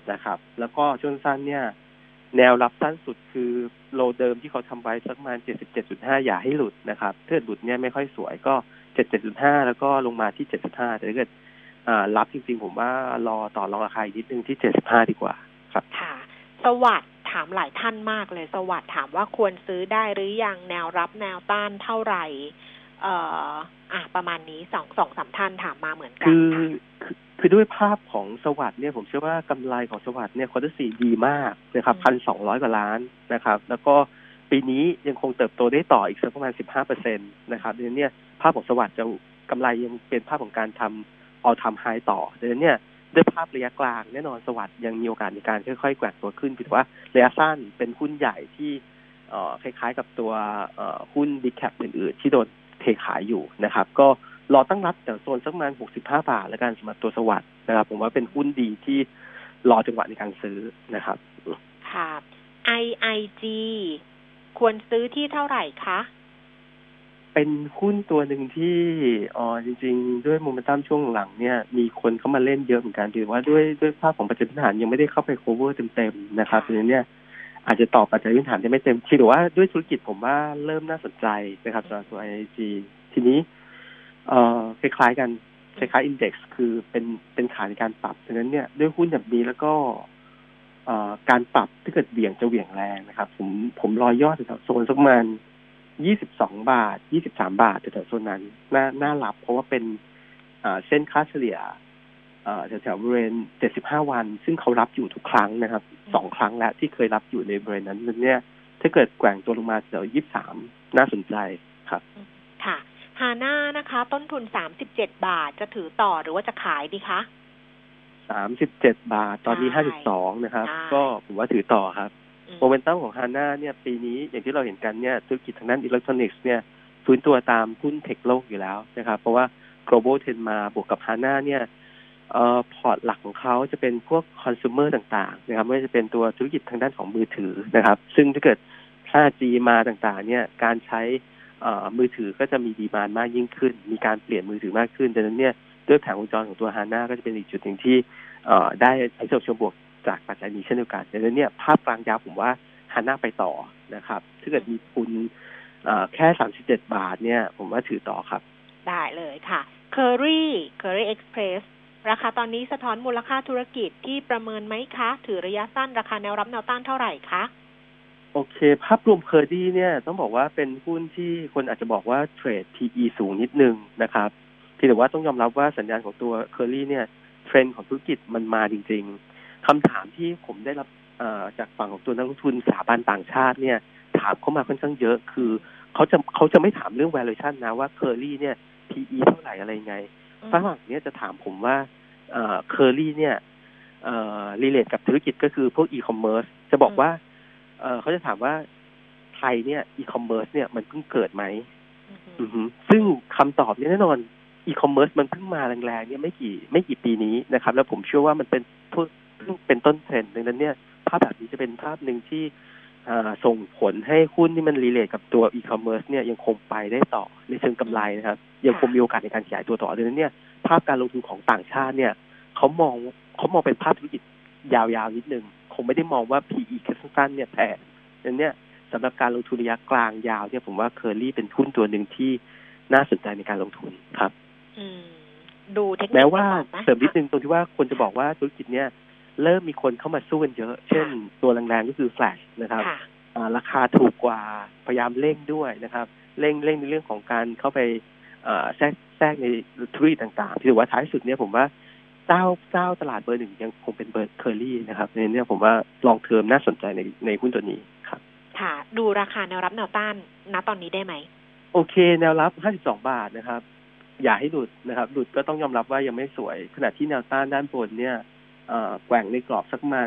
Speaker 8: นะครับแล้วก็ช่วงสั้นเนี่ยแนวรับสั้นสุดคือโลเดิมที่เขาทำไว้สักประมาณ 77.5 อย่าให้หลุดนะครับถ้าหลุดเนี่ยไม่ค่อยสวยก็ 77.5 แล้วก็ลงมาที่ 75แต่ถ้าเกิดรับจริงๆผมว่ารอต่อรองราคาอีกนิดนึงที่ 75ดีกว่าครับค่ะ
Speaker 3: สวัสดิ์ถามหลายท่านมากเลยสวัสดิ์ถามว่าควรซื้อได้หรือยังแนวรับแนวต้านเท่าไหร่ประมาณนี้2-3ท่านถามมาเหมือนกัน
Speaker 8: คือด้วยภาพของสวัสดิ์เนี่ยผมเชื่อว่ากำไรของสวัสดิ์เนี่ยควอเตอร์4ดีมากนะครับ 1,200 กว่าล้านนะครับแล้วก็ปีนี้ยังคงเติบโตได้ต่ออีกสักประมาณ 15% นะครับดังนั้นเนี่ยภาพของสวัสดิ์จะกำไรยังเป็นภาพของการทำall time high ต่อดังนั้นเนี่ยด้วยภาพระยะกลางแน่นอนสวัสดิ์ยังมีโอกาสในการค่อยๆแกว่งตัวขึ้นถือว่าระยะสั้นเป็นหุ้นใหญ่ที่คล้ายๆกับตัวหุ้น Big Cap อื่นๆที่โดนเทขายอยู่นะครับก็รอตั้งรับจากโซนสักประมาณ65 บาทแล้วกันสำหรับตัวสวัสดิ์นะครับผมว่าเป็นหุ้นดีที่รอจังหวะในการซื้อนะครับ
Speaker 3: ค่ะ IIG ควรซื้อที่เท่าไหร่คะ
Speaker 8: เป็นหุ้นตัวหนึ่งที่จริงๆด้วยโมเมนตัมช่วงหลังเนี่ยมีคนเข้ามาเล่นเยอะเหมือนกันถือว่าด้วยภาพของปัจจัยพื้นฐานยังไม่ได้เข้าไป cover เต็มๆนะครับเพราะฉะนั้นเนี่ยอาจจะตอบปัจจัยพื้นฐานได้ไม่เต็มที่หรือว่าด้วยธุรกิจผมว่าเริ่มน่าสนใจนะครับสำหรับตัว IIG ทีนี้คล้ายๆกันคล้ายๆ index คือเป็นขาในการปรับฉะนั้นเนี่ยด้วยหุ้นแบบนี้แล้วก็การปรับถ้าเกิดเหวี่ยงจะเหวี่ยงแรงนะครับผมรอยอดแถวโซนสักประมาณ22 บาท23 บาทแถวโซนนั้นน่ารับเพราะว่าเป็นเส้นค่าเฉลี่ยแถวบริเวณ75 วันซึ่งเขารับอยู่ทุกครั้งนะครับ2 ครั้งแล้วที่เคยรับอยู่ในบริเวณนั้นเนี่ยถ้าเกิดแกว่งตัวลงมาแถว23น่าสนใจครับ
Speaker 3: ค่ะฮาน่านะคะต้นทุน37 บาทจะถือต่อหรือว่าจะขายดีคะ
Speaker 8: 37 บาทตอนนี้52นะครับก็ผมว่าถือต่อครับโมเมนตัมของฮาน่าเนี่ยปีนี้อย่างที่เราเห็นกันเนี่ยธุรกิจทางด้านอิเล็กทรอนิกส์เนี่ยฟื้นตัวตามหุ้นเทคโลกอยู่แล้วนะครับเพราะว่า global trend มาบวกกับฮาน่าเนี่ยพอร์ตหลักของเขาจะเป็นพวกคอน sumer ต่างๆนะครับไม่ว่าจะเป็นตัวธุรกิจทางด้านของมือถือนะครับซึ่งถ้าเกิด 5G มาต่างๆเนี่ยการใช้มือถือก็จะมีดีมานด์มากยิ่งขึ้นมีการเปลี่ยนมือถือมากขึ้นดังนั้นเนี่ยด้วยแผงวงจรของตัวฮาน่าก็จะเป็นอีกจุดหนึ่งที่ได้ไอ้เชิงบวกจากปัจจัยนี้เช่นเดียวกันดังนั้นเนี่ยภาพกลางยาวผมว่าฮาน่าไปต่อนะครับถ้าเกิดมีทุนแค่37 บาทเนี่ยผมว่าถือต่อครับ
Speaker 3: ได้เลยค่ะ Curry Express ราคาตอนนี้สะท้อนมูลค่าธุรกิจที่ประเมินไหมคะถือระยะสั้นราคาแนวรับแนวต้านเท่าไหร่คะ
Speaker 8: โอเคภาพรวม Curry เนี่ยต้องบอกว่าเป็นหุ้นที่คนอาจจะบอกว่าเทรด PE สูงนิดนึงนะครับที่แต่ว่าต้องยอมรับว่าสัญญาณของตัว Curry เนี่ยเทรนด์ของธุรกิจมันมาจริงๆคำถามที่ผมได้รับจากฝั่งของตัวนักลงทุนสถาบันต่างชาติเนี่ยถามเข้ามาค่อนข้างเยอะคือเขาจะไม่ถามเรื่อง valuation นะว่า Curry เนี่ย PE เท่าไหร่อะไรไงฝรั่งเนี่ยจะถามผมว่าCurry เนี่ยrelate กับธุรกิจก็คือพวก e-commerce จะบอกว่าเขาจะถามว่าไทยเนี่ย e-commerce เนี่ยมันเพิ่งเกิดไหมซึ่งคำตอบเนี่ยแน่นอน e-commerce มันเพิ่งมาแรงๆเนี่ยไม่กี่ปีนี้นะครับแล้วผมเชื่อว่ามันเป็นต้นเทรนด์ดังนั้นเนี่ยภาพแบบนี้จะเป็นภาพหนึ่งที่ส่งผลให้หุ้นที่มันรีเลทกับตัว e-commerce เนี่ยยังคงไปได้ต่อในเชิงกำไรนะครับยังคงมีโอกาสในการขยายตัวต่อดังนั้นเนี่ยภาพการลงทุนของต่างชาติเนี่ยเขามองเป็นภาพธุรกิจยาวๆนิดนึงคงไม่ได้มองว่า PE แค่สั้นๆเนี่ยแพงดังนั้นเนี่ยสำหรับการลงทุนระยะกลางยาวเนี่ยผมว่า Curly เป็นหุ้นตัวหนึ่งที่น่าสนใจในการลงทุนครับ
Speaker 3: ดูเทคนิค
Speaker 8: แม้ว่าเสริมนิดนึงตรงที่ว่าคนจะบอกว่าธุรกิจเนี่ยเริ่มมีคนเข้ามาสู้กันเยอะเช่นตัวแรงๆก็คือ Flash นะครับราคาถูกกว่าพยายามเร่งด้วยนะครับเร่งในเรื่องของการเข้าไปแทรกในธุรกิจต่างๆถือว่าท้ายสุดเนี่ยผมว่าเจ้าตลาดเบอร์ 1ยังคงเป็นเบอร์ Curly นะครับในนี้ผมว่าลองเทอมน่าสนใจในหุ้นตัวนี้ครับ
Speaker 3: ค่ะดูราคาแนวรับแนวต้านณตอนนี้ได้ไหม
Speaker 8: โอเคแนวรับ52 บาทนะครับอย่าให้หลุดนะครับหลุดก็ต้องยอมรับว่ายังไม่สวยขณะที่แนวต้านด้านบนเนี่ยแกว่งในกรอบสักประมาณ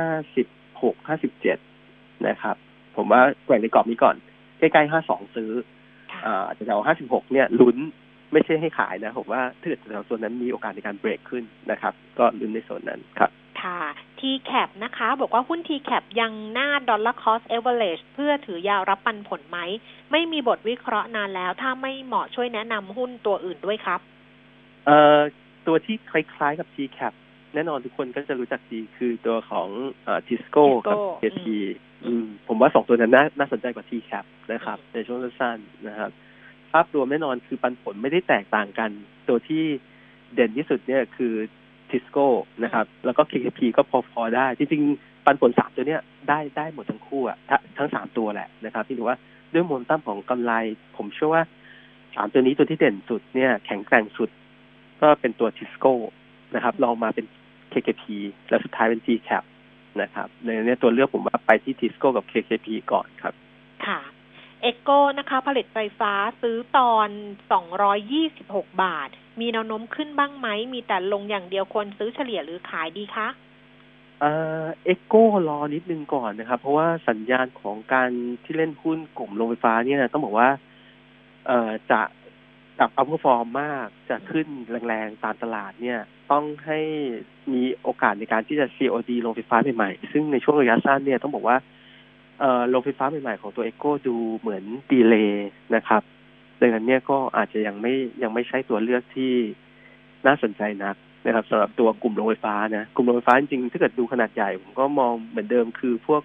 Speaker 8: 56-57นะครับผมว่าแกว่งในกรอบนี้ก่อนใกล้ๆ52ซื้อแถว56เนี่ยลุ้นไม่ใช่ให้ขายนะผมว่าถ้าเกิดแถวโซนนั้นมีโอกาสในการเบรกขึ้นนะครับก็ลุ้นในโซนนั้นครับ
Speaker 3: ค่ะ TCAP นะคะบอกว่าหุ้น TCAP ยังหน้า Dollar Cost Average เพื่อถือยาวรับปันผลไหมไม่มีบทวิเคราะห์นานแล้วถ้าไม่เหมาะช่วยแนะนำหุ้นตัวอื่นด้วยครับ
Speaker 8: ตัวที่คล้ายๆกับ TCAP แน่นอนทุกคนก็จะรู้จักดีคือตัวของทิสโก้กับ KT ผมว่า2ตัวนั้นน่าสนใจกว่า TCAP นะครับในช่วงสั้นๆนะครับภาพรวมแน่นอนคือปันผลไม่ได้แตกต่างกันตัวที่เด่นที่สุดเนี่ยคือทิสโก้นะครับแล้วก็ KKP ก็พอได้จริงๆปันผล3ตัวเนี้ยได้หมดทั้งคู่อ่ะทั้ง3ตัวแหละนะครับที่ถือว่าด้วยโมเมนตัมของกำไรผมเชื่อว่า3ตัวนี้ตัวที่เด่นสุดเนี่ยแข็งแกร่งสุดก็เป็นตัวทิสโก้นะครับลองมาเป็น KKP แล้วสุดท้ายเป็น TCAP นะครับในตัวเลือกผมว่าไปที่ทิสโก้กับ KKP ก่อนครับ
Speaker 3: ค่ะเอโก้นะคะผลิตไฟฟ้าซื้อตอน226 บาทมีแนวโน้มขึ้นบ้างไหมมีแต่ลงอย่างเดียวควรซื้อเฉลี่ยหรือขายดีคะ
Speaker 8: เอโก้รอนิดนึงก่อนนะครับเพราะว่าสัญญาณของการที่เล่นหุ้นกลุ่มโรงไฟฟ้าเนี่ยต้องบอกว่าจะอัพเพอร์ฟอร์มมากจะขึ้นแรงๆตามตลาดเนี่ยต้องให้มีโอกาสในการที่จะ COD โรงไฟฟ้าใหม่ๆซึ่งในช่วงระยะสั้นเนี่ยต้องบอกว่าโรงไฟฟ้าใหม่ๆของตัวเอโก้ดูเหมือนดีเลย์นะครับดังนั้นเนี่ยก็อาจจะยังไม่ใช่ตัวเลือกที่น่าสนใจนักนะครับสำหรับตัวกลุ่มโรงไฟฟ้านะกลุ่มโรงไฟฟ้าจริงๆถ้าเกิดดูขนาดใหญ่ผมก็มองเหมือนเดิมคือพวก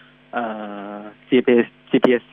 Speaker 8: GPSC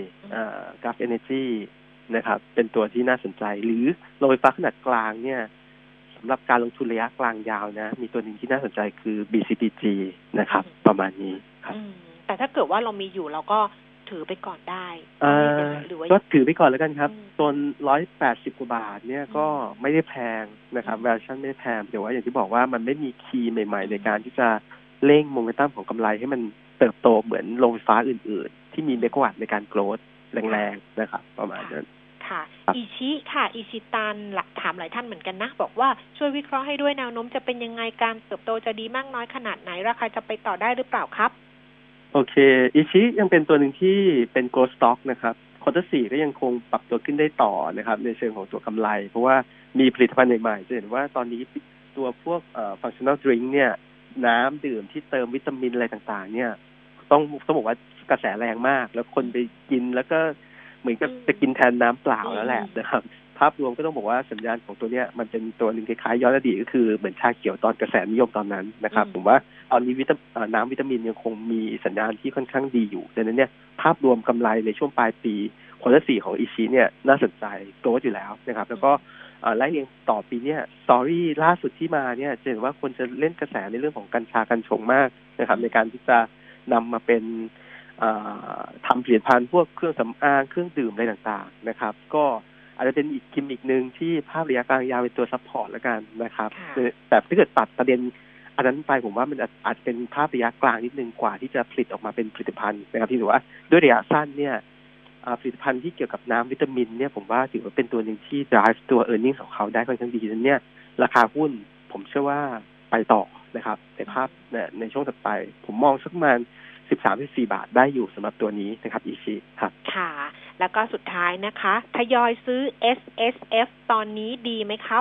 Speaker 8: Gulf Energy นะครับเป็นตัวที่น่าสนใจหรือโรงไฟฟ้าขนาดกลางเนี่ยสำหรับการลงทุนระยะกลางยาวนะมีตัวหนึ่งที่น่าสนใจคือ BCPG นะครับประมาณนี้ครับ
Speaker 3: แต่ถ้าเกิดว่าเรามีอยู่เราก็ถือไปก่อนได้หรือว่า
Speaker 8: ก็ถือไปก่อนแล้วกันครับโซน180 กว่าบาทเนี่ยก็ไม่ได้แพงนะครับ valuation ไม่ได้แพงแต่ว่าอย่างที่บอกว่ามันไม่มีคีย์ใหม่ๆในการที่จะเร่งโมเมนตัมของกำไรให้มันเติบโตเหมือนโรงไฟฟ้าอื่นๆที่มีเมกะวัตต์ในการโกรธแรงๆนะครับประมาณนั้น
Speaker 3: ค่ะอิชิค่ะอิชิตันถามหลายท่านเหมือนกันนะบอกว่าช่วยวิเคราะห์ให้ด้วยแนวโน้มจะเป็นยังไงการเติบโตจะดีมากน้อยขนาดไหนราคาจะไปต่อได้หรือเปล่าครับ
Speaker 8: โอเคอิชิยังเป็นตัวหนึ่งที่เป็น growth stock นะครับควอเตอร์4ก็ยังคงปรับตัวขึ้นได้ต่อนะครับในเชิงของตัวกำไรเพราะว่ามีผลิตภัณฑ์ใหม่ๆจะเห็นว่าตอนนี้ตัวพวกfunctional drink เนี่ยน้ำดื่มที่เติมวิตามินอะไรต่างๆเนี่ยต้องบอกว่ากระแสแรงมากแล้วคนไปกินแล้วก็เหมือนกับจะกินแทนน้ำเปล่าแล้วแหละนะครับภาพรวมก็ต้องบอกว่าสัญญาณของตัวเนี้ยมันเป็นตัวหนึ่งคล้ายๆย้อนอดีตก็คือเหมือนชาเขียวตอนกระแสนิยมตอนนั้นนะครับผมว่าตอนนี้น้ำวิตามินยังคงมีสัญญาณที่ค่อนข้างดีอยู่ดังนั้นเนี่ยภาพรวมกำไรในช่วงปลายปีควอเตอร์4ของอิชิเนี่ยน่าสนใจโตอยู่แล้วนะครับแล้วก็ไล่เรียงต่อปีเนี้ยสตอรี่ล่าสุดที่มาเนี่ยจะเห็นว่าคนจะเล่นกระแสในเรื่องของกัญชากัญชงมากนะครับในการที่จะนำมาเป็นทำผลิตภัณฑ์พวกเครื่องสำอางเครื่องดื่มอะไรต่างๆนะครับก็อาจจะเป็นอีกกิมมิกนึงที่ภาพระยะกลางยาวเป็นตัวซัพพอร์ตแล้วกันนะครับแต่ถ้าเกิดตัดประเด็นอันนั้นไปผมว่ามันอาจจะเป็นภาพระยะกลางนิดนึงกว่าที่จะผลิตออกมาเป็นผลิตภัณฑ์นะครับที่ถือว่าด้วยระยะสั้นเนี่ยผลิตภัณฑ์ที่เกี่ยวกับน้ำวิตามินเนี่ยผมว่าถือว่าเป็นตัวหนึ่งที่ drive ตัว earning ของเขาได้ค่อนข้างดีนั้นเนี่ยราคาหุ้นผมเชื่อว่าไปต่อนะครับในภาพในช่วงถัดไปผมมองสักประมาณ13-14 บาทได้อยู่สำหรับตัวนี้นะครับอีชีครับ
Speaker 3: ค่ะแล้วก็สุดท้ายนะคะทยอยซื้อ SSF ตอนนี้ดีไหมครับ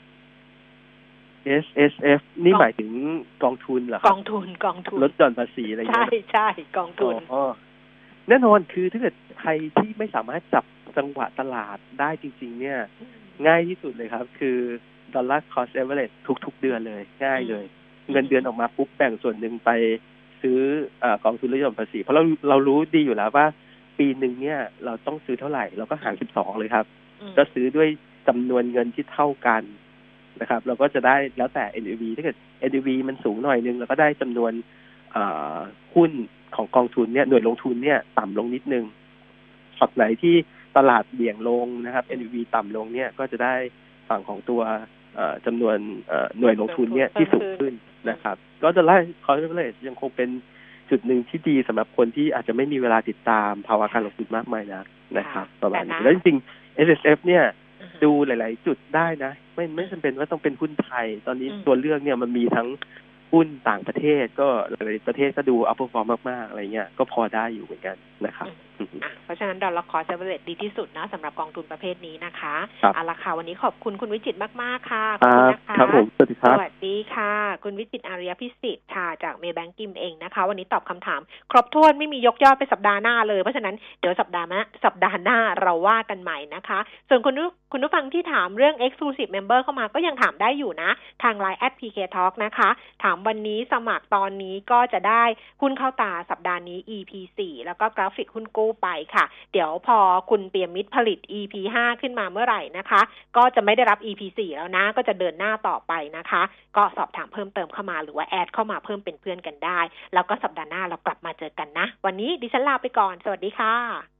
Speaker 8: SSF นี่หมายถึงกองทุนเหรอครับ
Speaker 3: กองทุน
Speaker 8: ลดหย่อนภาษีอะไรอย่างเงี้
Speaker 3: ยใช่กองทุน
Speaker 8: แน่นอนคือถ้าเกิดใครที่ไม่สามารถจับจังหวะตลาดได้จริงๆเนี่ยง่ายที่สุดเลยครับคือ dollar cost average ทุกๆเดือนเลยง่ายเลยเงินเดือนออกมาปุ๊บแบ่งส่วนหนึ่งไปซื้อกองทุนลดหย่อนภาษีเพราะเรารู้ดีอยู่แล้วว่าปีหนึ่งเนี่ยเราต้องซื้อเท่าไหร่เราก็หาร12เลยครับก็ซื้อด้วยจำนวนเงินที่เท่ากันนะครับเราก็จะได้แล้วแต่ NAV ถ้าเกิด NAV มันสูงหน่อยนึงเราก็ได้จำนวนหุ้นของกองทุนเนี่ยหน่วยลงทุนเนี่ยต่ำลงนิดนึงช็อตไหนที่ตลาดเบี่ยงลงนะครับ NAV ต่ำลงเนี่ยก็จะได้ฝั่งของตัวจำนวนหน่วยลงทุนเนี่ยที่สูงขึ้นนะครับก็จะไล่คอร์เรเลทยังคงเป็นจุดหนึ่งที่ดีสำหรับคนที่อาจจะไม่มีเวลาติดตามภาวะการลงทุนมากมายนะครับประมาณนี้แล้วจริงๆ SSF เนี่ยดูหลายๆจุดได้นะไม่จำเป็นว่าต้องเป็นหุ้นไทยตอนนี้ตัวเลือกเนี่ยมันมีทั้งหุ้นต่างประเทศก็หลายประเทศก็ดูอัพเพอร์ฟอร์มมากๆอะไรเงี้ยก็พอได้อยู่เหมือนกันนะครับ
Speaker 3: เพราะฉะนั้นดอลลาร์คอร์สเอเวอเรจดีที่สุดนะสำหรับกองทุนประเภทนี้นะคะเอาละค่ะวันนี้ขอบคุณคุณวิจิตรมากๆค่ะขอบคุณนะคะ
Speaker 8: ครับผมสวัสดีครับ
Speaker 3: สวัสดีค่ะคุณวิจิตรอาริยพิสิทธิ์ค่ะจากเมย์แบงก์กิมเองนะคะวันนี้ตอบคำถามครบถ้วนไม่มียกยอดไปสัปดาห์หน้าเลยเพราะฉะนั้นเดี๋ยวสัปดาห์หน้าเราว่ากันใหม่นะคะส่วนคุณผู้ฟังที่ถามเรื่อง Exclusive Member เข้ามาก็ยังถามได้อยู่นะทาง LINE @PKTalk นะคะถามวันนี้สมัครตอนนี้ก็จะได้หุ้นเข้าตาสัปดาห์นี้ EP 4แล้วก็กราฟิกหุ้นกู้ไปค่ะเดี๋ยวพอคุณเปียมิตรผลิต EP 5ขึ้นมาเมื่อไหร่นะคะก็จะไม่ได้รับ EP 4แล้วนะก็จะเดินหน้าต่อไปนะคะก็สอบถามเพิ่มเติมเข้ามาหรือว่าแอดเข้ามาเพิ่มเป็นเพื่อนกันได้แล้วก็สัปดาห์หน้าเรากลับมาเจอกันนะวันนี้ดิฉันลาไปก่อนสวัสดีค่ะ